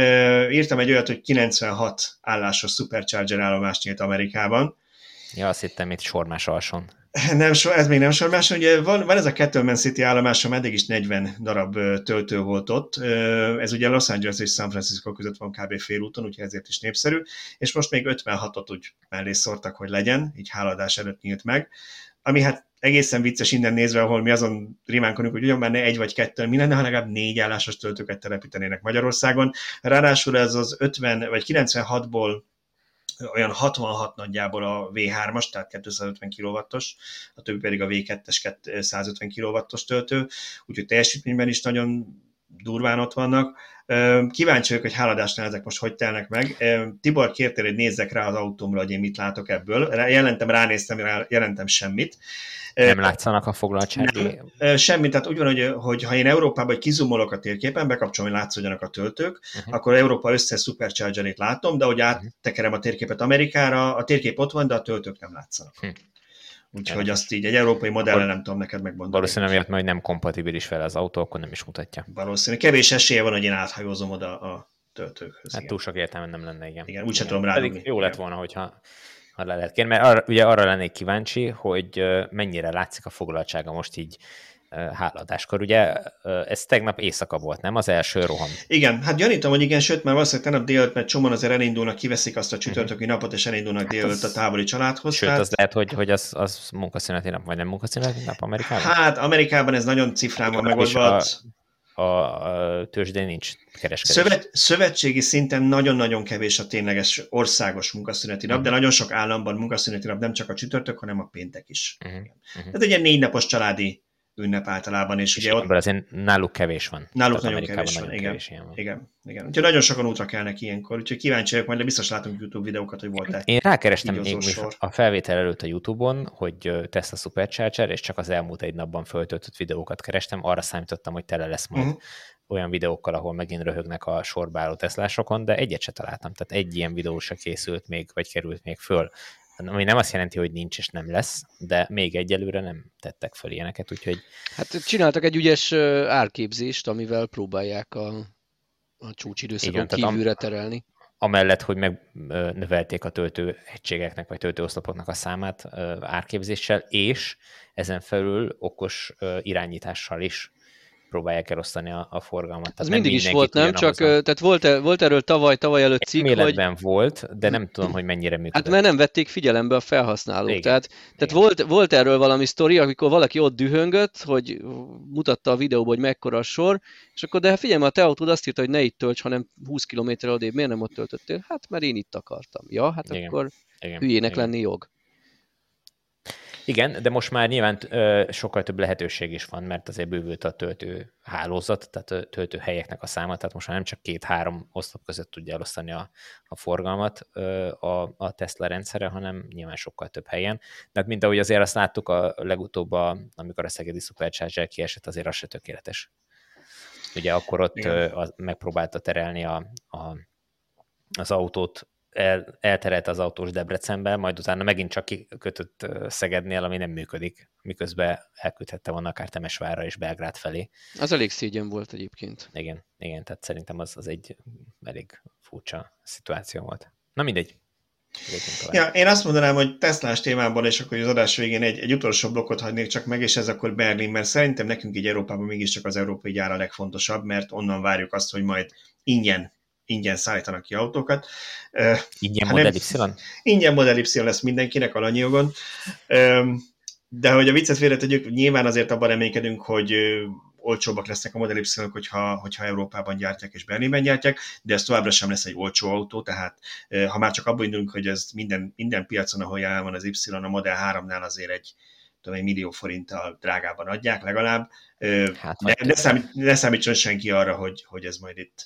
Írtam egy olyat, hogy kilencvenhat állásos Supercharger állomást nyílt Amerikában. Ja, azt hittem itt sormás alson. Nem, ez még nem sormás. Ugye van, van ez a Cattleman City állomás, ami eddig is negyven darab töltő volt ott. Ez ugye Los Angeles és San Francisco között van kb. Félúton, úgyhogy ezért is népszerű. És most még ötvenhatot úgy mellé szórtak, hogy legyen, így háladás előtt nyílt meg. Ami hát egészen vicces innen nézve, ahol mi azon rimánkodunk, hogy ugyan már ne egy vagy kettő, mi lenne, ha legalább négy állásos töltőket telepítenének Magyarországon. Ráadásul ez az ötven vagy kilencvenhatból olyan hatvanhat nagyjából a vé hármas, tehát kétszázötven kilowattos, a többi pedig a vé kettes százötven kilowattos töltő, úgyhogy teljesítményben is nagyon durván ott vannak. Kíváncsi vagyok, hogy háladásnál ezek most hogy telnek meg. Tibor, kértél, hogy nézzek rá az autómra, hogy én mit látok ebből. Jelentem, ránéztem, rá, jelentem semmit. Nem látszanak a foglaltsági? Nem, semmit, tehát úgy van, hogy, hogy ha én Európában kizumolok a térképen, bekapcsolom, hogy látszódjanak a töltők, uh-huh. akkor Európa összes Superchargerét látom, de hogy áttekerem a térképet Amerikára, a térkép ott van, de a töltők nem látszanak. Uh-huh. Úgyhogy azt így egy európai modellel nem tudom neked megmondani. Valószínűleg miatt majd nem kompatibilis vele az autó, akkor nem is mutatja. Valószínűleg. Kevés esélye van, hogy én áthajózom oda a töltőkhöz. Hát túl sok értelme nem lenne, igen. Igen, úgyse tudom rádugni. Pedig jó lett volna, hogyha ha le lehet kérni, mert arra, ugye arra lennék kíváncsi, hogy mennyire látszik a foglaltsága most így háladáskor. Ugye ez tegnap éjszaka volt, nem? Az első roham. Igen, hát gyanítom, hogy igen, sőt, már valószínűleg tegnap délután, mert csomóan azért elindulnak, kiveszik azt a csütörtöki napot, és elindulnak hát délután a távoli családhoz. Sőt, tehát... az lehet, hogy, hogy az, az munkaszüneti nap, vagy nem munkaszüneti nap Amerikában? Hát Amerikában ez nagyon cifrán van megoldva. A, a tőzsdén nincs kereskedés. Szövet, szövetségi szinten nagyon-nagyon kevés a tényleges országos munkaszüneti nap, uh-huh. de nagyon sok államban munkaszüneti nap nem csak a csütörtök, hanem a péntek is. Uh-huh. Uh-huh. Ez egy ilyen négy napos családi ünnep általában. És, és ugye ott azért náluk kevés van. Náluk Tehát nagyon kevés van, igen. Kevés van. igen. Igen. Úgyhogy nagyon sokan útra kelnek ilyenkor, úgyhogy kíváncsi vagyok, majd de biztos látunk YouTube videókat, hogy volt-e. Én rákerestem még a felvétel előtt a YouTube-on, hogy Tesla Supercharger, és csak az elmúlt egy napban föltöltött videókat kerestem, arra számítottam, hogy tele lesz majd uh-huh. olyan videókkal, ahol megint röhögnek a sorba álló Teslásokon, de egyet se találtam, tehát egy ilyen videó se készült még, vagy került még föl. Ami nem azt jelenti, hogy nincs és nem lesz, de még egyelőre nem tettek fel ilyeneket, úgyhogy... Hát csináltak egy ügyes árképzést, amivel próbálják a, a csúcsidőszakon kívülre terelni. Amellett, hogy megnövelték a töltő egységeknek, vagy töltőoszlopoknak a számát árképzéssel, és ezen felül okos irányítással is próbálják elosztani a, a forgalmat. Ez mindig is volt, nem? Csak, tehát volt, volt erről tavaly, tavaly előtt cikk, hogy... Méletben volt, de nem tudom, hogy mennyire működött. Hát mert nem vették figyelembe a felhasználók. Igen. Tehát, tehát volt, volt erről valami sztori, amikor valaki ott dühöngött, hogy mutatta a videóban, hogy mekkora a sor, és akkor de figyelj, a te autód azt írta, hogy ne itt tölts, hanem húsz kilométerre odébb. Miért nem ott töltöttél? Hát mert én itt akartam. Ja, hát igen. Akkor igen. Hülyének igen. lenni jog. Igen, de most már nyilván ö, sokkal több lehetőség is van, mert azért bővült a töltő hálózat, tehát a töltőhelyeknek a száma, tehát most már nem csak két-három oszlop között tudja elosztani a, a forgalmat ö, a, a Tesla rendszere, hanem nyilván sokkal több helyen. De hát mint ahogy azért azt láttuk a legutóbb, a, amikor a szegedi Supercharger kiesett, azért az se tökéletes. Ugye akkor ott ö, az, megpróbálta terelni a, a, az autót, El, elterelt az autós Debrecenbe, majd utána megint csak kikötött Szegednél, ami nem működik, miközben elküldhette volna akár Temesvárra és Belgrád felé. Az elég szégyen volt egyébként. Igen, igen, tehát szerintem az, az egy elég furcsa szituáció volt. Na mindegy. Ja, én azt mondanám, hogy Teslás témában, és akkor az adás végén egy, egy utolsó blokkot hagynék csak meg, és ez akkor Berlin, mert szerintem nekünk így Európában mégiscsak az európai gyár a legfontosabb, mert onnan várjuk azt, hogy majd ingyen ingyen szállítanak ki autókat. Ingyen Model Y? Ingyen Model Y lesz mindenkinek alanyi jogon. De hogy a viccet félretegyük, nyilván azért abban reménykedünk, hogy, olcsóbbak lesznek a Model Y-ok, hogyha, hogyha Európában gyártják és Berlinben gyártják, de ez továbbra sem lesz egy olcsó autó, tehát ha már csak abból indulunk, hogy ez minden, minden piacon, ahol jelen van az Y, a Model háromnál azért egy, tudom, egy millió forinttal drágában adják legalább, hát, de ne, számít, ne számítson senki arra, hogy, hogy ez majd itt.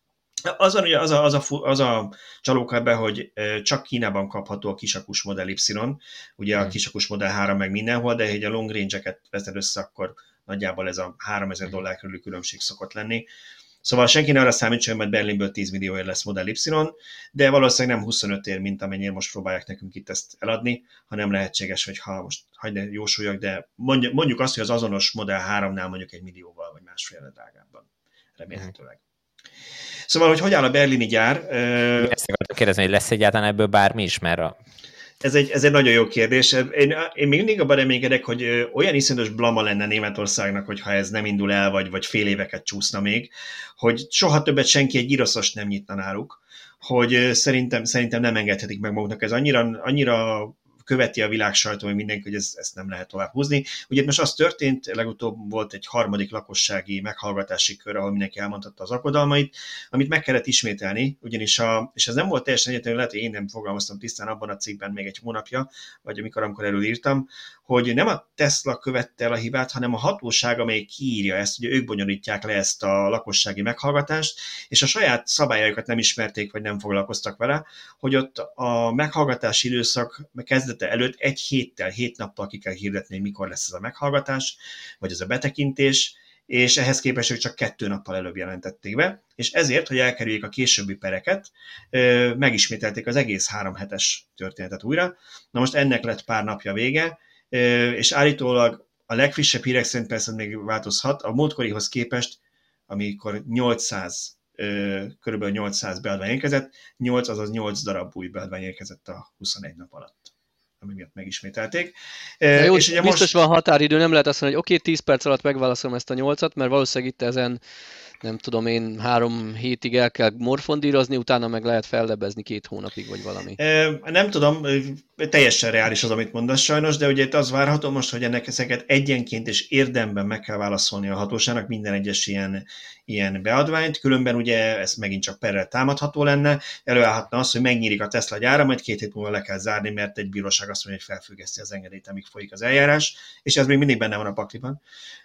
Az, ugye, az, a, az, a, az a csalóka ebben, hogy csak Kínában kapható a kisakus Model Y, ugye a kisakus Model három meg mindenhol, de ha a long range-eket veszed össze, akkor nagyjából ez a háromezer dollár körüli különbség szokott lenni. Szóval senki ne arra számítson, hogy Berlinből tíz millióért lesz Model Y, de valószínűleg nem huszonöt ér, mint amennyire most próbálják nekünk itt ezt eladni, hanem lehetséges, hogy ha most hagyd ne jósoljak, de mondjuk azt, hogy az azonos Model háromnál mondjuk egy millióval vagy másfél drágábban, remélhetőleg. Szóval, hogy hogy áll a berlini gyár? Ezt akartam kérdezni, hogy lesz egyáltalán ebből bármi is, mert a... Ez egy, ez egy nagyon jó kérdés. Én, én még mindig abban reménykedek, hogy olyan iszonyatos blama lenne Németországnak, hogyha ez nem indul el, vagy, vagy fél éveket csúszna még, hogy soha többet senki egy gyroszos nem nyitna náluk, hogy szerintem, szerintem nem engedhetik meg maguknak. Ez annyira, annyira követi a világ sajtó, hogy mindenki, hogy ez, ezt nem lehet tovább húzni. Ugye most az történt, legutóbb volt egy harmadik lakossági meghallgatási kör, ahol mindenki elmondhatta az aggodalmait, amit meg kellett ismételni, ugyanis a, és ez nem volt teljesen egyetlen, lehet, hogy én nem fogalmaztam tisztán abban a cikkben még egy hónapja, vagy amikor, amikor erről írtam, hogy nem a Tesla követte el a hibát, hanem a hatóság, amely kiírja ezt, ugye ők bonyolítják le ezt a lakossági meghallgatást, és a saját szabályaikat nem ismerték, vagy nem foglalkoztak vele, hogy ott a meghallgatási időszak kezdete előtt egy héttel, hét nappal ki kell hirdetni, hogy mikor lesz ez a meghallgatás, vagy ez a betekintés, és ehhez képest ők csak kettő nappal előbb jelentették be, és ezért, hogy elkerüljék a későbbi pereket, megismételték az egész három hetes történetet újra. Na most ennek lett pár napja vége, és állítólag a legfrissebb hírek szerint persze még változhat, a múltkorihoz képest, amikor nyolcszáz, körülbelül nyolcszáz beadvány érkezett, nyolc, azaz nyolc darab új beadvány érkezett a huszonegy nap alatt, ami miatt megismételték. Jó, és ugye biztos most... van határidő, nem lehet azt mondani, hogy oké, okay, tíz perc alatt megválaszolom ezt a nyolcat, mert valószínűleg itt ezen, nem tudom én, három hétig el kell morfondírozni, utána meg lehet fellebezni két hónapig, vagy valami. Nem tudom, teljesen reális az, amit mondasz sajnos, de ugye itt az várható most, hogy ennek ezeket egyenként és érdemben meg kell válaszolni a hatóságnak minden egyes ilyen, ilyen beadványt, különben ugye ez megint csak perrel támadható lenne, előállhatna az, hogy megnyílik a Tesla gyára, majd két hét múlva le kell zárni, mert egy bíróság azt mondja, hogy felfüggeszti az engedélyt, amíg folyik az eljárás, és ez még mindig benne van a pakliban.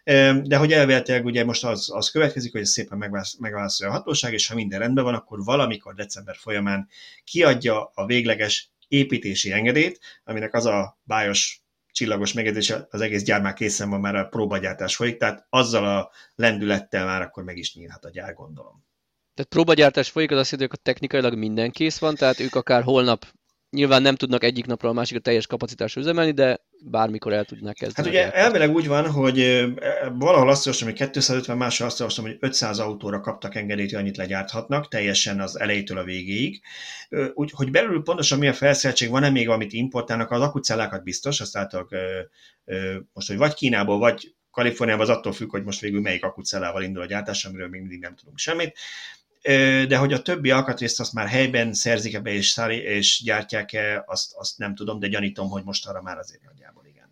De hogy elvéletileg ugye most az, az következik, hogy szépen megválaszolja a hatóság, és ha minden rendben van, akkor valamikor december folyamán kiadja a végleges építési engedélyt, aminek az a bájos csillagos megjegyzése, az egész gyár már készen van, már a próbagyártás folyik, tehát azzal a lendülettel már akkor meg is nyílhat a gyár, gondolom. Tehát próbagyártás folyik, az azt jelenti, hogy technikailag minden kész van, tehát ők akár holnap nyilván nem tudnak egyik napról a másikra teljes kapacitásra üzemelni, de bármikor el tudnak kezdeni. Hát ugye elvileg úgy van, hogy valahol azt olvastam, hogy kétszázötven, máshol azt olvastam, hogy ötszáz autóra kaptak engedélyt, hogy annyit legyárthatnak, teljesen az elejétől a végéig. Úgyhogy belül pontosan mi a felszereltség, van-e még, amit importálnak, az akkucellákat biztos, azt látok most, hogy vagy Kínából, vagy Kaliforniában, az attól függ, hogy most végül melyik akkucellával indul a gyártás, amiről még mindig nem tudunk semmit. De hogy a többi alkatrészt azt már helyben szerzik-e be és, és gyártják-e, azt, azt nem tudom, de gyanítom, hogy most arra már azért nagyjából igen.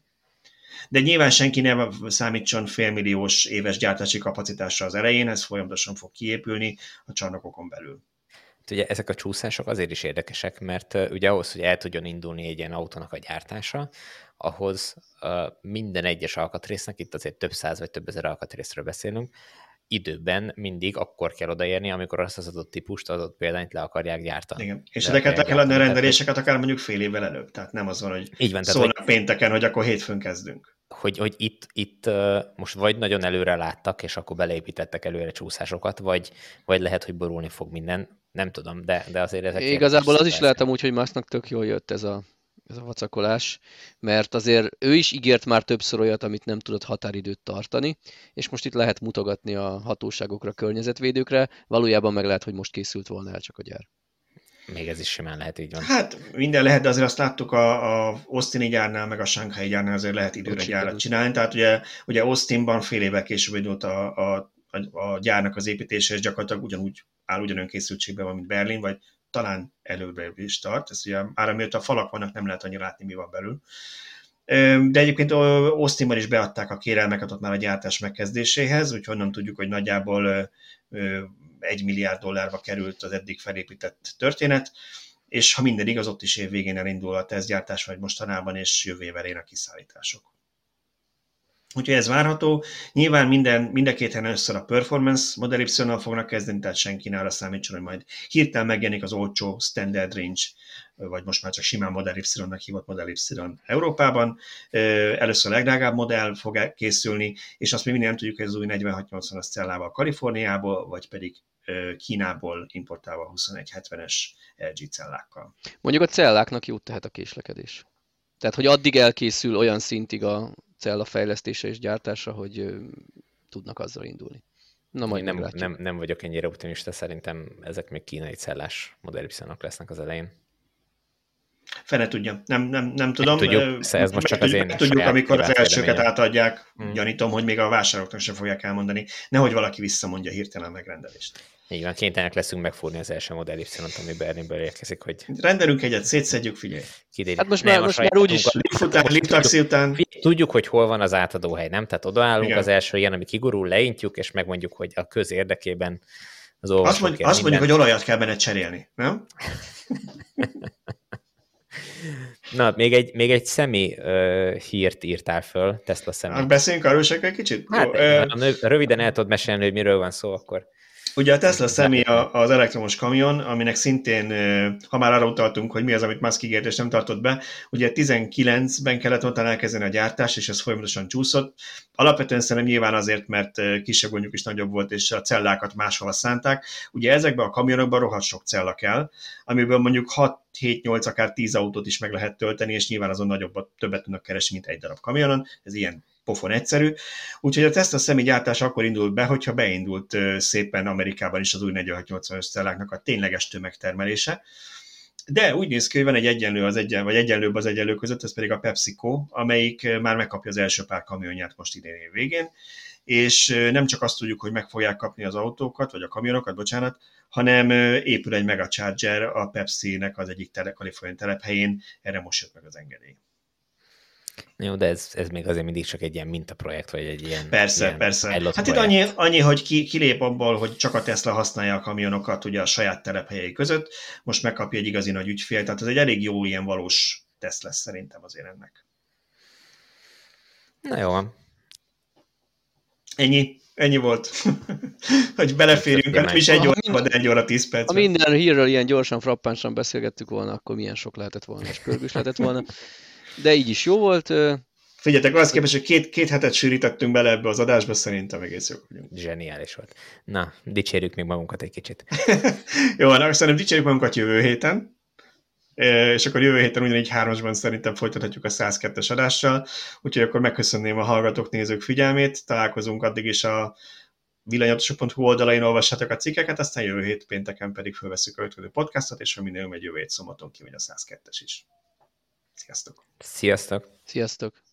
De nyilván senki nem számítson félmilliós éves gyártási kapacitásra az elején, ez folyamatosan fog kiépülni a csarnokokon belül. Ugye ezek a csúszások azért is érdekesek, mert ugye ahhoz, hogy el tudjon indulni egy ilyen autónak a gyártása, ahhoz uh, minden egyes alkatrésznek, itt azért több száz vagy több ezer alkatrészről beszélünk, időben mindig akkor kell odaérni, amikor azt az adott típust, az adott példányt le akarják gyártani. Igen. És ezeket le kell adni a rendeléseket akár mondjuk fél évvel előbb. Tehát nem az van, hogy így van, szólnak tehát, pénteken, hogy akkor hétfőn kezdünk. Hogy, hogy itt, itt uh, most vagy nagyon előre láttak, és akkor beleépítettek előre csúszásokat, vagy, vagy lehet, hogy borulni fog minden. Nem tudom, de, de azért ezek... Igazából az is lehet amúgy, hogy Musknak tök jól jött ez a ez a vacakolás, mert azért ő is ígért már többször olyat, amit nem tudott határidőt tartani, és most itt lehet mutogatni a hatóságokra, környezetvédőkre, valójában meg lehet, hogy most készült volna el csak a gyár. Még ez is simán lehet, így van. Hát minden lehet, de azért azt láttuk a, a Austini gyárnál, meg a Shanghai gyárnál azért lehet időre gyárat csinálni, tehát ugye, ugye Austinban fél évvel később indult a, a, a, a gyárnak az építése, és gyakorlatilag ugyanúgy áll, ugyanolyan készültségben van, mint Berlin, vagy talán előbb is tart, ez ugye ára miatt a falak vannak, nem lehet annyira látni, mi van belül. De egyébként Austinban is beadták a kérelmeket ott már a gyártás megkezdéséhez, úgyhogy onnan tudjuk, hogy nagyjából egy milliárd dollárba került az eddig felépített történet, és ha minden igaz, ott is év végén elindul a tesztgyártás, vagy mostanában, és jövő év elején a kiszállítások. Úgyhogy ez várható. Nyilván minden, minden két helyen összör a Performance Model Y-nal fognak kezdeni, tehát senki ne arra számítson, hogy majd hirtelen megjelenik az olcsó Standard Range, vagy most már csak simán Model Y-nak hívott Model Y Európában. Először a legdrágább modell fog készülni, és azt még mindig nem tudjuk, hogy az új negyvenhat nyolcvanas cellával Kaliforniából, vagy pedig Kínából importálva a huszonegy hetvenes el gé cellákkal. Mondjuk a celláknak jót tehet a késlekedés. Tehát, hogy addig elkészül olyan szintig a cella fejlesztése és gyártása, hogy ö, tudnak azzal indulni. Na, majd nem, nem, nem vagyok ennyire optimista, szerintem ezek még kínai cellás Model Y-nak lesznek az elején. Fene tudja, nem, nem, nem tudom. Nem tudjuk, ez most csak az én tudjuk, amikor az elsőket átadják, hmm. gyanítom, hogy még a vásároknak sem fogják elmondani, nehogy valaki visszamondja hirtelen megrendelést. Így van, kénytelenek leszünk megfúrni az első Model Y-t, ami Berlinből érkezik, hogy... Rendelünk egyet, szétszedjük, figyelj. Kiderül. Hát most már, most már úgyis... Után... Tudjuk, hogy hol van az átadóhely, nem? Tehát odaállunk, igen. Az első ilyen, ami kigurul, leintjük, és megmondjuk, hogy a köz érdekében az olvasókért Azt, mondj, azt mondjuk, hogy olajat kell benne cserélni, nem? Na, még egy, még egy szemi uh, hírt írtál föl, Tesla szemi. Hát beszéljünk arról csak egy kicsit? Hát, Jó, ö... röviden el tudod mesélni, hogy miről van szó akkor. Ugye a Tesla Semi az elektromos kamion, aminek szintén, ha már arra utaltunk, hogy mi az, amit Musk ígért és nem tartott be, ugye tizenkilencben kellett volna elkezdeni a gyártás, és ez folyamatosan csúszott. Alapvetően szerintem nyilván azért, mert kisebb gondjuk is nagyobb volt, és a cellákat máshova szánták. Ugye ezekben a kamionokban rohadt sok cella kell, amiből mondjuk hat hét nyolc, akár tíz autót is meg lehet tölteni, és nyilván azon nagyobbat, többet tudnak keresni, mint egy darab kamionon. Ez ilyen pofon egyszerű. Úgyhogy a Tesla Semi gyártás akkor indult be, hogyha beindult szépen Amerikában is az új negyvenhat nyolcvanas celláknak a tényleges tömegtermelése. De úgy néz ki, hogy van egy egyenlő az egyen, vagy egyenlőbb az egyenlő között, ez pedig a PepsiCo, amelyik már megkapja az első pár kamionját most idén év végén, és nem csak azt tudjuk, hogy meg fogják kapni az autókat, vagy a kamionokat, bocsánat, hanem épül egy megacharger a Pepsi-nek az egyik tele, kaliforniai telephelyén, erre most jött meg az engedély. Jó, de ez, ez még azért mindig csak egy ilyen mintaprojekt, vagy egy ilyen... Persze, ilyen persze. Hát itt annyi, annyi, hogy ki, kilép abból, hogy csak a Tesla használja a kamionokat ugye a saját telephelyei között, most megkapja egy igazi nagy ügyfél, tehát ez egy elég jó ilyen valós teszt lesz szerintem azért ennek. Na jó. Ennyi. Ennyi volt, hogy beleférjünk, hát is egy óra, de egy óra tíz perc. Ha minden hírről ilyen gyorsan, frappánsan beszélgettük volna, akkor milyen sok lehetett volna, és pörgős lehetett volna. De így is jó volt. Figyeljetek, az képest, hogy két, két hetet sűrítettünk bele ebbe az adásba, szerintem egész jók vagyunk. Zseniális volt. Na, dicsérjük még magunkat egy kicsit. Jó, na, szerintem dicsérjük magunkat jövő héten. És akkor jövő héten ugyanígy hármasban szerintem folytathatjuk a száz kettes adással, úgyhogy akkor megköszönném a hallgatók, nézők figyelmét, találkozunk addig is a villanyautósok pont hu oldalain, olvassátok a cikkeket, aztán jövő hét pénteken pedig fölveszünk a következő podcastot, és ha minden megy, jövő hét szombaton kimegy a száz kettes is. Sziasztok! Sziasztok! Sziasztok!